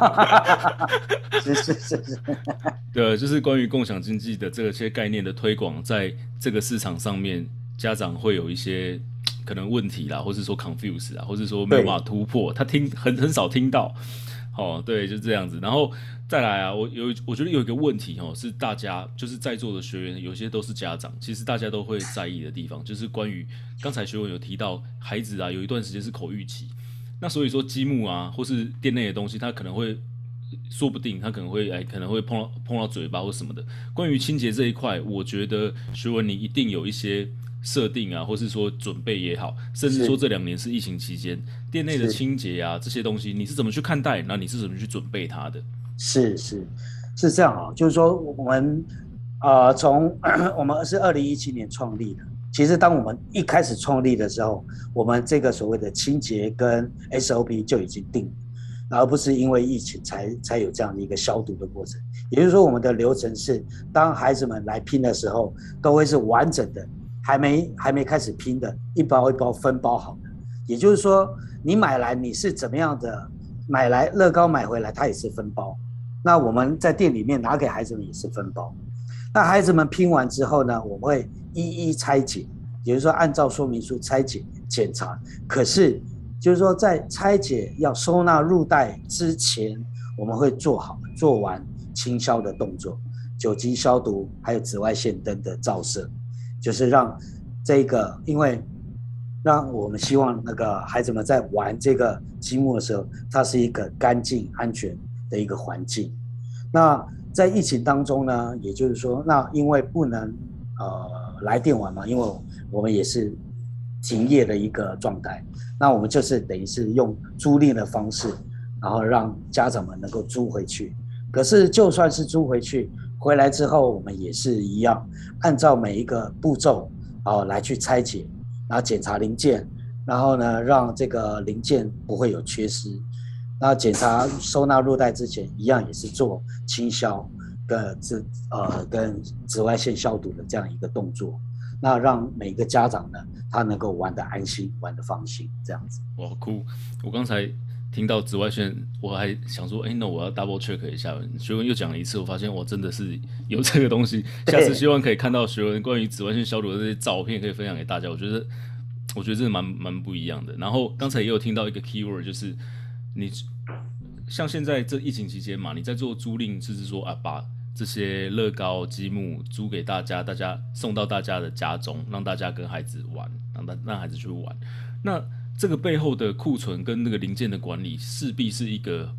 是。 对，就是关于共享经济的这些概念的推广，在这个市场上面，家长会有一些可能问题啦，或是说 confuse 啊，或是说没有办法突破，他很少听到。对，就这样子。然后再来啊，我觉得有一个问题是大家就是在座的学员，有些都是家长，其实大家都会在意的地方，就是关于刚才学文有提到，孩子啊有一段时间是口欲期，那所以说积木啊或是店内的东西，他可能会说不定他可能会碰到嘴巴或什么的。关于清洁这一块，我觉得学文你一定有一些设定啊，或是说准备也好，甚至说这2年是疫情期间，店内的清洁啊这些东西，你是怎么去看待？那你是怎么去准备它的？ 是这样啊，就是说我们我们是2017年创立的。其实当我们一开始创立的时候，我们这个所谓的清洁跟 SOP 就已经定了，而不是因为疫情才有这样的一个消毒的过程。也就是说，我们的流程是，当孩子们来拼的时候，都会是完整的，还没开始拼的，一包一包分包好的。也就是说，你买来你是怎么样的，买来乐高买回来，它也是分包。那我们在店里面拿给孩子们也是分包。那孩子们拼完之后呢，我们会一一拆解，也就是说按照说明书拆解检查。可是就是说在拆解要收纳入袋之前，我们会做完清消的动作，酒精消毒，还有紫外线灯的照射，就是让这个，因为让我们希望那个孩子们在玩这个积木的时候，它是一个干净安全的一个环境。那在疫情当中呢，也就是说，那因为不能来电玩嘛，因为我们也是停业的一个状态，那我们就是等于是用租赁的方式，然后让家长们能够租回去。可是就算是租回去，回来之后我们也是一样，按照每一个步骤来去拆解，然后检查零件，然后呢让这个零件不会有缺失。那检查收纳入袋之前，一样也是做清消跟紫外线消毒的这样一个动作，那让每个家长呢，他能够玩得安心，玩得放心，这样子。 哇，酷！我刚才听到紫外线，我还想说，那我要 double check 一下。学文又讲了一次，我发现我真的是有这个东西。下次希望可以看到学文关于紫外线消毒的这些照片，可以分享给大家。我觉得真的蛮不一样的。然后刚才也有听到一个 keyword， 就是你像现在这疫情期间嘛，你在做租赁，就是说把这些乐高积木租给大家，大家送到大家的家中，让大家跟孩子玩，让孩子去玩。那这个背后的库存跟那个零件的管理，势必是一个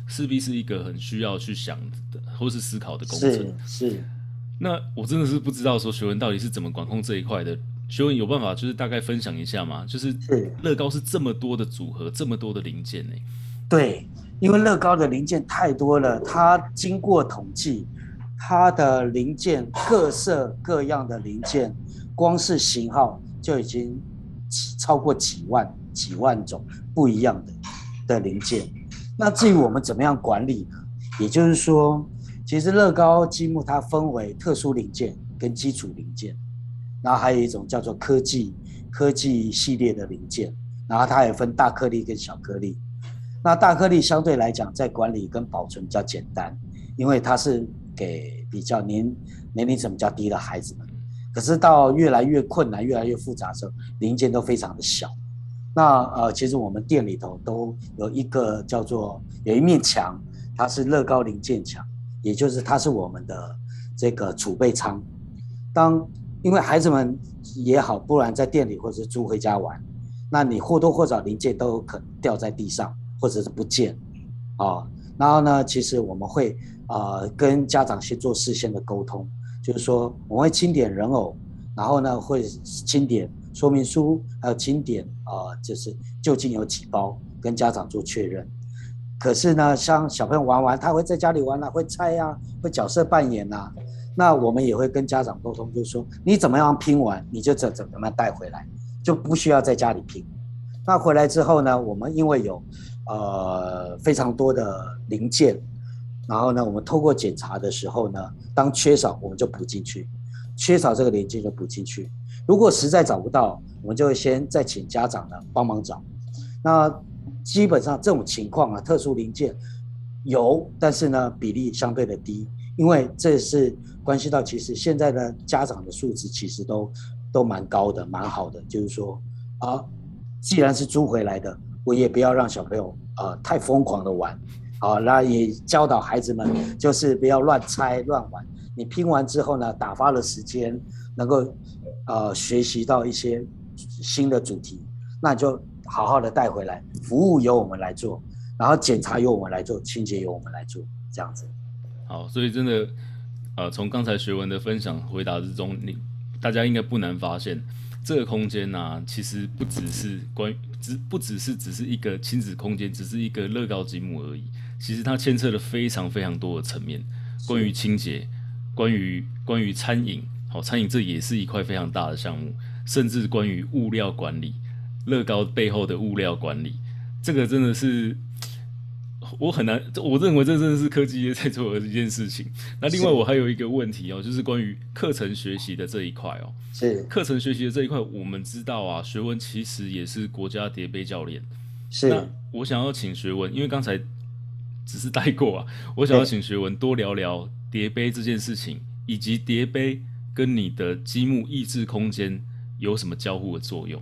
势必是一个很需要去想的或是思考的工程。 是。 那我真的是不知道说学文到底是怎么管控这一块的。学文有办法就是大概分享一下吗？就是乐高是这么多的组合，这么多的零件呢？ 对，因为乐高的零件太多了，它经过统计，它的零件各色各样的零件，光是型号就已经超过几万种不一样的零件。那至于我们怎么样管理呢？也就是说，其实乐高积木它分为特殊零件跟基础零件，然后还有一种叫做科技系列的零件，然后它也分大颗粒跟小颗粒。那大颗粒相对来讲在管理跟保存比较简单，因为它是给比较年龄层比较低的孩子们。可是到越来越困难、越来越复杂的时候，零件都非常的小。那其实我们店里头都有一个叫做有一面墙，它是乐高零件墙，也就是它是我们的这个储备仓。因为孩子们也好，不然在店里或者是租回家玩，那你或多或少零件都有可能掉在地上，或者是不见然后呢，其实我们会跟家长先做事先的沟通，就是说我们会清点人偶，然后呢会清点说明书，还有清点就是究竟有几包，跟家长做确认。可是呢，像小朋友玩，他会在家里玩会猜会角色扮演那我们也会跟家长沟通，就是说你怎么样拼完，你就怎么样带回来，就不需要在家里拼。那回来之后呢，我们因为有非常多的零件，然后呢，我们透过检查的时候呢，当缺少我们就补进去，缺少这个零件就补进去。如果实在找不到，我们就会先再请家长呢帮忙找。那基本上这种情况特殊零件有，但是呢比例相对的低，因为这是关系到其实现在的家长的素质其实都蛮高的，蛮好的，就是说既然是租回来的，我也不要让小朋友太疯狂的玩，那也教导孩子们就是不要乱猜乱玩。你拼完之后呢，打发了时间，能够学习到一些新的主题，那你就好好的带回来，服务由我们来做，然后检查由我们来做，清洁由我们来做，这样子。 好，所以真的从刚才学文的分享回答之中，大家应该不难发现，这个空间其实不只是只是一个亲子空间，只是一个乐高积木而已。其实它牵涉了非常非常多的层面，关于清洁，关于餐饮，餐饮这也是一块非常大的项目，甚至关于物料管理，乐高背后的物料管理，这个真的是。我认为这真的是科技业在做的一件事情。那另外我还有一个问题就是关于课程学习的这一块是课程学习的这一块，我们知道学文其实也是国家叠杯教练。 是。 那我想要请学文，因为刚才只是带过我想要请学文多聊聊叠杯这件事情，以及叠杯跟你的积木益智空间有什么交互的作用。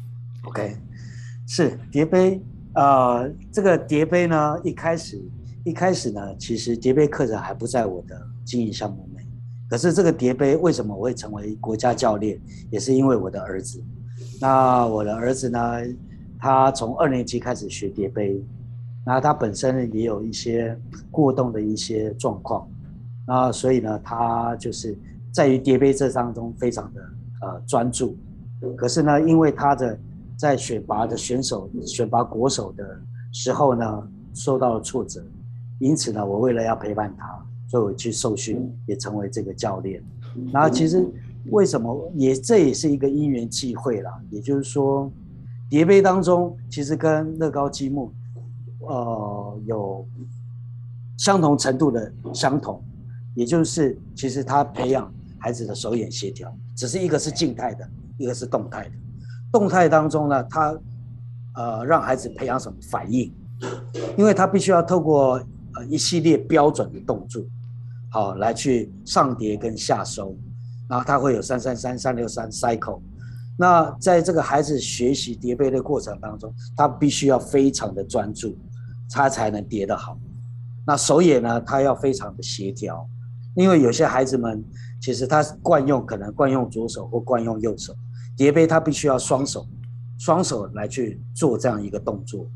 OK， 是叠杯。这个叠杯呢，一开始呢，其实叠杯课程还不在我的经营项目内。可是这个叠杯为什么我会成为国家教练，也是因为我的儿子。那我的儿子呢，他从2年级开始学叠杯，那他本身也有一些过动的一些状况，那所以呢，他就是在于叠杯这当中非常的专注。可是呢，因为他的在选拔国手的时候呢，受到了挫折，因此呢，我为了要陪伴他，所以我去受训，也成为这个教练。然后其实为什么这也是一个因缘际会啦，也就是说，叠杯当中其实跟乐高积木，有相同程度的相同，也就是其实他培养孩子的手眼协调，只是一个是静态的，一个是动态的。动态当中呢，他让孩子培养什么反应？因为他必须要透过一系列标准的动作，来去上叠跟下收，然后他会有333、363 cycle。那在这个孩子学习叠杯的过程当中，他必须要非常的专注，他才能叠得好。那手眼呢，他要非常的协调，因为有些孩子们其实他可能惯用左手或惯用右手。叠杯他必须要双手来去做这样一个动作，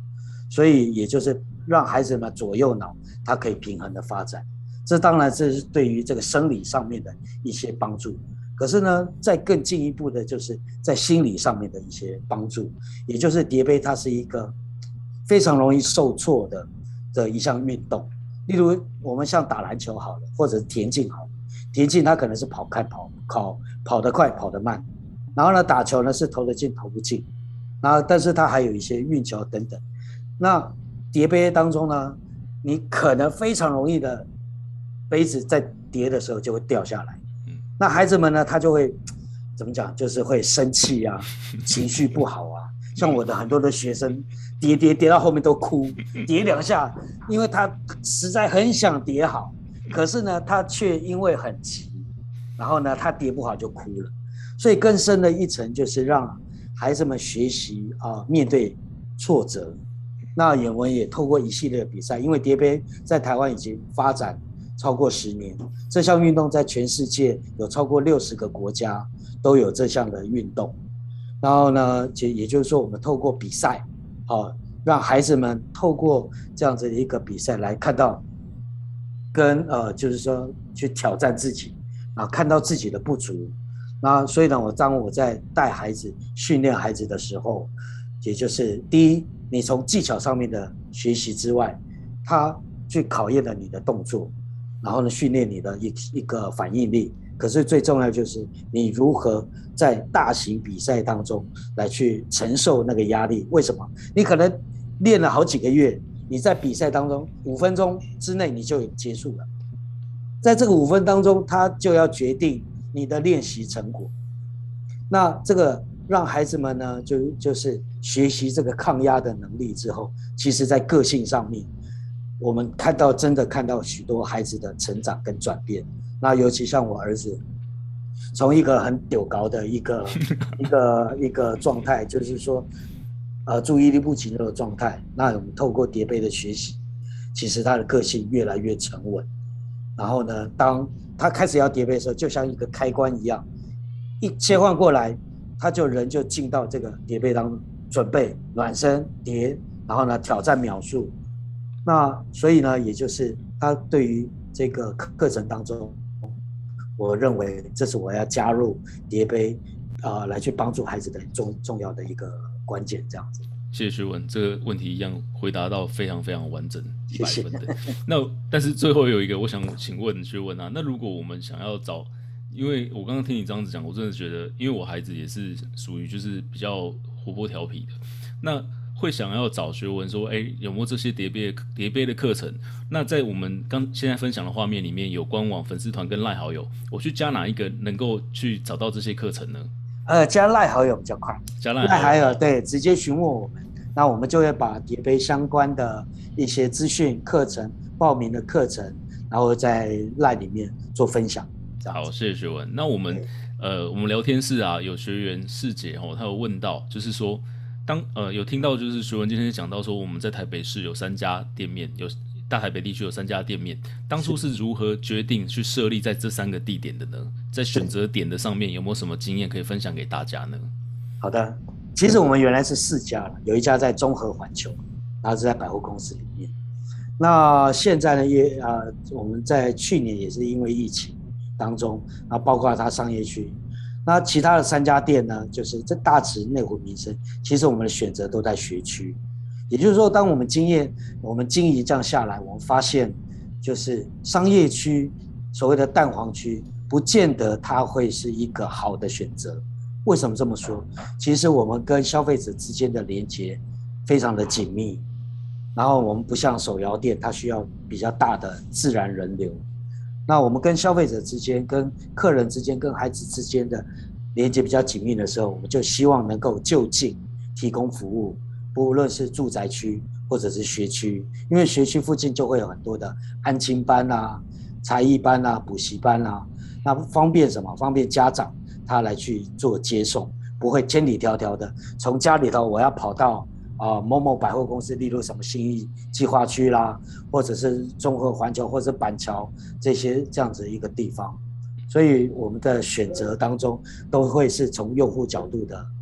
所以也就是让孩子们左右脑它可以平衡的发展。这当然这是对于这个生理上面的一些帮助，可是呢，再更进一步的就是在心理上面的一些帮助，也就是叠杯它是一个非常容易受挫的一项运动。例如我们像打篮球好了，或者田径好了，田径它可能是跑得快跑得慢，然后呢打球呢是投得进投不进，然后但是它还有一些运球等等。那叠杯当中呢，你可能非常容易的杯子在叠的时候就会掉下来，那孩子们呢他就会怎么讲，就是会生气啊，情绪不好啊。像我的很多的学生叠到后面都哭，叠2下，因为他实在很想叠好，可是呢他却因为很急，然后呢他叠不好就哭了。所以更深的一层就是让孩子们学习面对挫折。那远文也透过一系列的比赛，因为叠杯在台湾已经发展超过10年，这项运动在全世界有超过60个国家都有这项的运动。然后呢，也就是说，我们透过比赛，让孩子们透过这样子的一个比赛来看到就是说去挑战自己，然后看到自己的不足。那所以呢，当我在带孩子、训练孩子的时候，也就是第一，你从技巧上面的学习之外，它去考验了你的动作，然后呢，训练你的一个反应力。可是最重要就是你如何在大型比赛当中来去承受那个压力。为什么？你可能练了好几个月，你在比赛当中5分钟之内你就结束了，在这个5分当中，它就要决定你的练习成果。那这个让孩子们呢，就是学习这个抗压的能力之后，其实在个性上面，我们真的看到许多孩子的成长跟转变。那尤其像我儿子，从一个很丢高的一个状态，就是说，注意力不集中的状态。那我们透过叠杯的学习，其实他的个性越来越沉稳。然后呢，当他开始要叠杯的时候，就像一个开关一样，一切换过来，人就进到这个叠杯当中，准备暖身叠，然后呢挑战秒数。那所以呢，也就是他对于这个课程当中，我认为这是我要加入叠杯来去帮助孩子的重要的一个关键，这样子。 谢谢学文，这个问题一样回答到非常非常完整，100分的。那但是最后有一个，我想请问学文啊，那如果我们想要找，因为我刚刚听你这样子讲，我真的觉得，因为我孩子也是属于就是比较活泼调皮的，那会想要找学文说，有没有这些叠杯的课程？那在我们现在分享的画面里面有官网、粉丝团跟赖好友，我去加哪一个能够去找到这些课程呢？ 加赖好友比较快， 加赖好友对，直接询问我们，那我们就会把叠杯相关的一些资讯、课程、报名的课程，然后在赖里面做分享。 好，谢谢学文。那我们聊天室啊，有学员世姐她有问到，就是说有听到就是学文今天讲到说，我们在台北市有3家店面，有大台北地区有3家店面，当初是如何决定去设立在这3个地点的呢？在选择点的上面有没有什么经验可以分享给大家呢？ 好的，其实我们原来是4家了，有1家在中和环球，然后是在百货公司里面。那现在呢，我们在去年也是因为疫情当中，然后包括它商业区。那其他的3家店呢，就是这大直、内湖、民生，其实我们的选择都在学区。也就是说，当我们经营这样下来，我们发现就是商业区所谓的蛋黄区，不见得它会是一个好的选择。为什么这么说？其实我们跟消费者之间的连接非常的紧密，然后我们不像手摇店，它需要比较大的自然人流。那我们跟消费者之间、跟客人之间、跟孩子之间的连接比较紧密的时候，我们就希望能够就近提供服务，不论是住宅区或者是学区，因为学区附近就会有很多的安亲班啊、才艺班啊、补习班啊，那方便什么？方便家长他来去做接送，不会千里迢迢的从家里头我要跑到某某百货公司，例如什么信义计划区啦，或者是中和环球或者板桥这样子一个地方。所以我们的选择当中都会是从用户角度的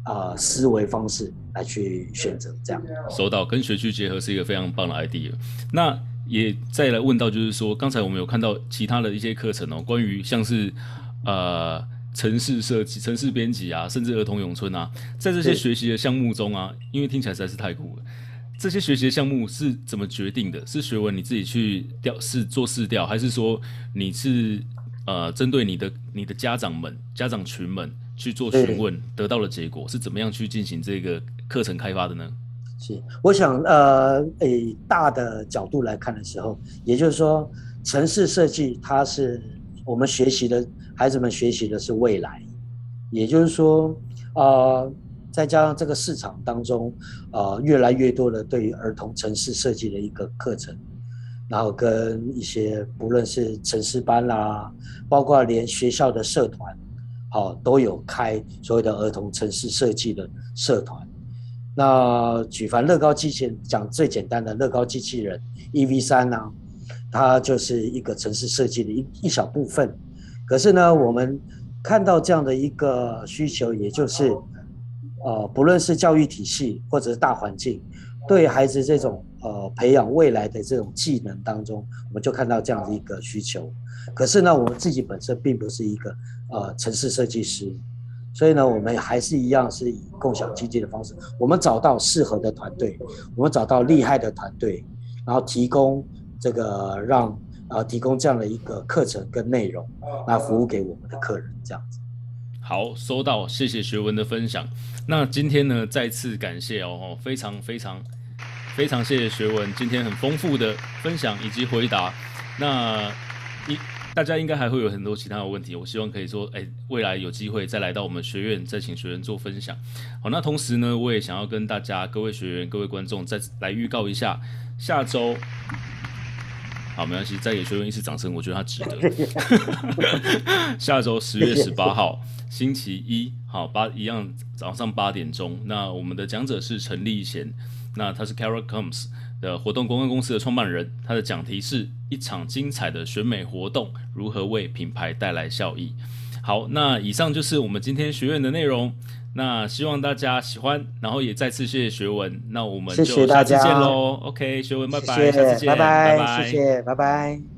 思维方式来去选择这样。 收到，跟学区结合是一个非常棒的 idea。那也再来问到，就是说，刚才我们有看到其他的一些课程哦，关于像是城市设计、城市编辑啊，甚至儿童咏春啊，在这些学习的项目中啊，因为听起来实在是太酷了。这些学习的项目是怎么决定的？是学文你自己去做试调，还是说你是针对你的家长群们去做询问，得到的结果是怎么样去进行这个课程开发的呢？ 是，我想以大的角度来看的时候，也就是说，城市设计它是我们孩子们学习的是未来，也就是说，再加上这个市场当中，越来越多的对于儿童城市设计的一个课程，然后跟一些不论是城市班啦，包括连学校的社团，都有开所谓的儿童城市设计的社团。那举凡乐高机器人，讲最简单的乐高机器人 EV3啊，它就是一个城市设计的一小部分。可是呢，我们看到这样的一个需求，也就是不论是教育体系或者是大环境，对孩子这种培养未来的这种技能当中，我们就看到这样的一个需求。可是呢，我们自己本身并不是一个城市设计师，所以呢，我们还是一样是以共享经济的方式，我们找到适合的团队，我们找到厉害的团队，然后提供提供这样的一个课程跟内容，来服务给我们的客人，这样子。 好，收到，谢谢学文的分享。那今天呢，再次感谢非常谢谢学文今天很丰富的分享以及回答。那大家应该还会有很多其他的问题，我希望可以说，未来有机会再来到我们学院，再请学员做分享。好，那同时呢，我也想要跟大家、各位学员、各位观众再来预告一下，下周。好，没关系，再给学员一次掌声，我觉得他值得。下周10月18号，星期一，好一样早上8点钟。那我们的讲者是陈立贤，那他是 Carol.coms 的活动公关公司的创办人，他的讲题是一场精彩的选美活动如何为品牌带来效益。好，那以上就是我们今天学院的内容。那希望大家喜欢，然后也再次谢谢学文，那我们就下次见喽。OK， 学文，拜拜，下次见， 拜拜，谢谢，拜拜。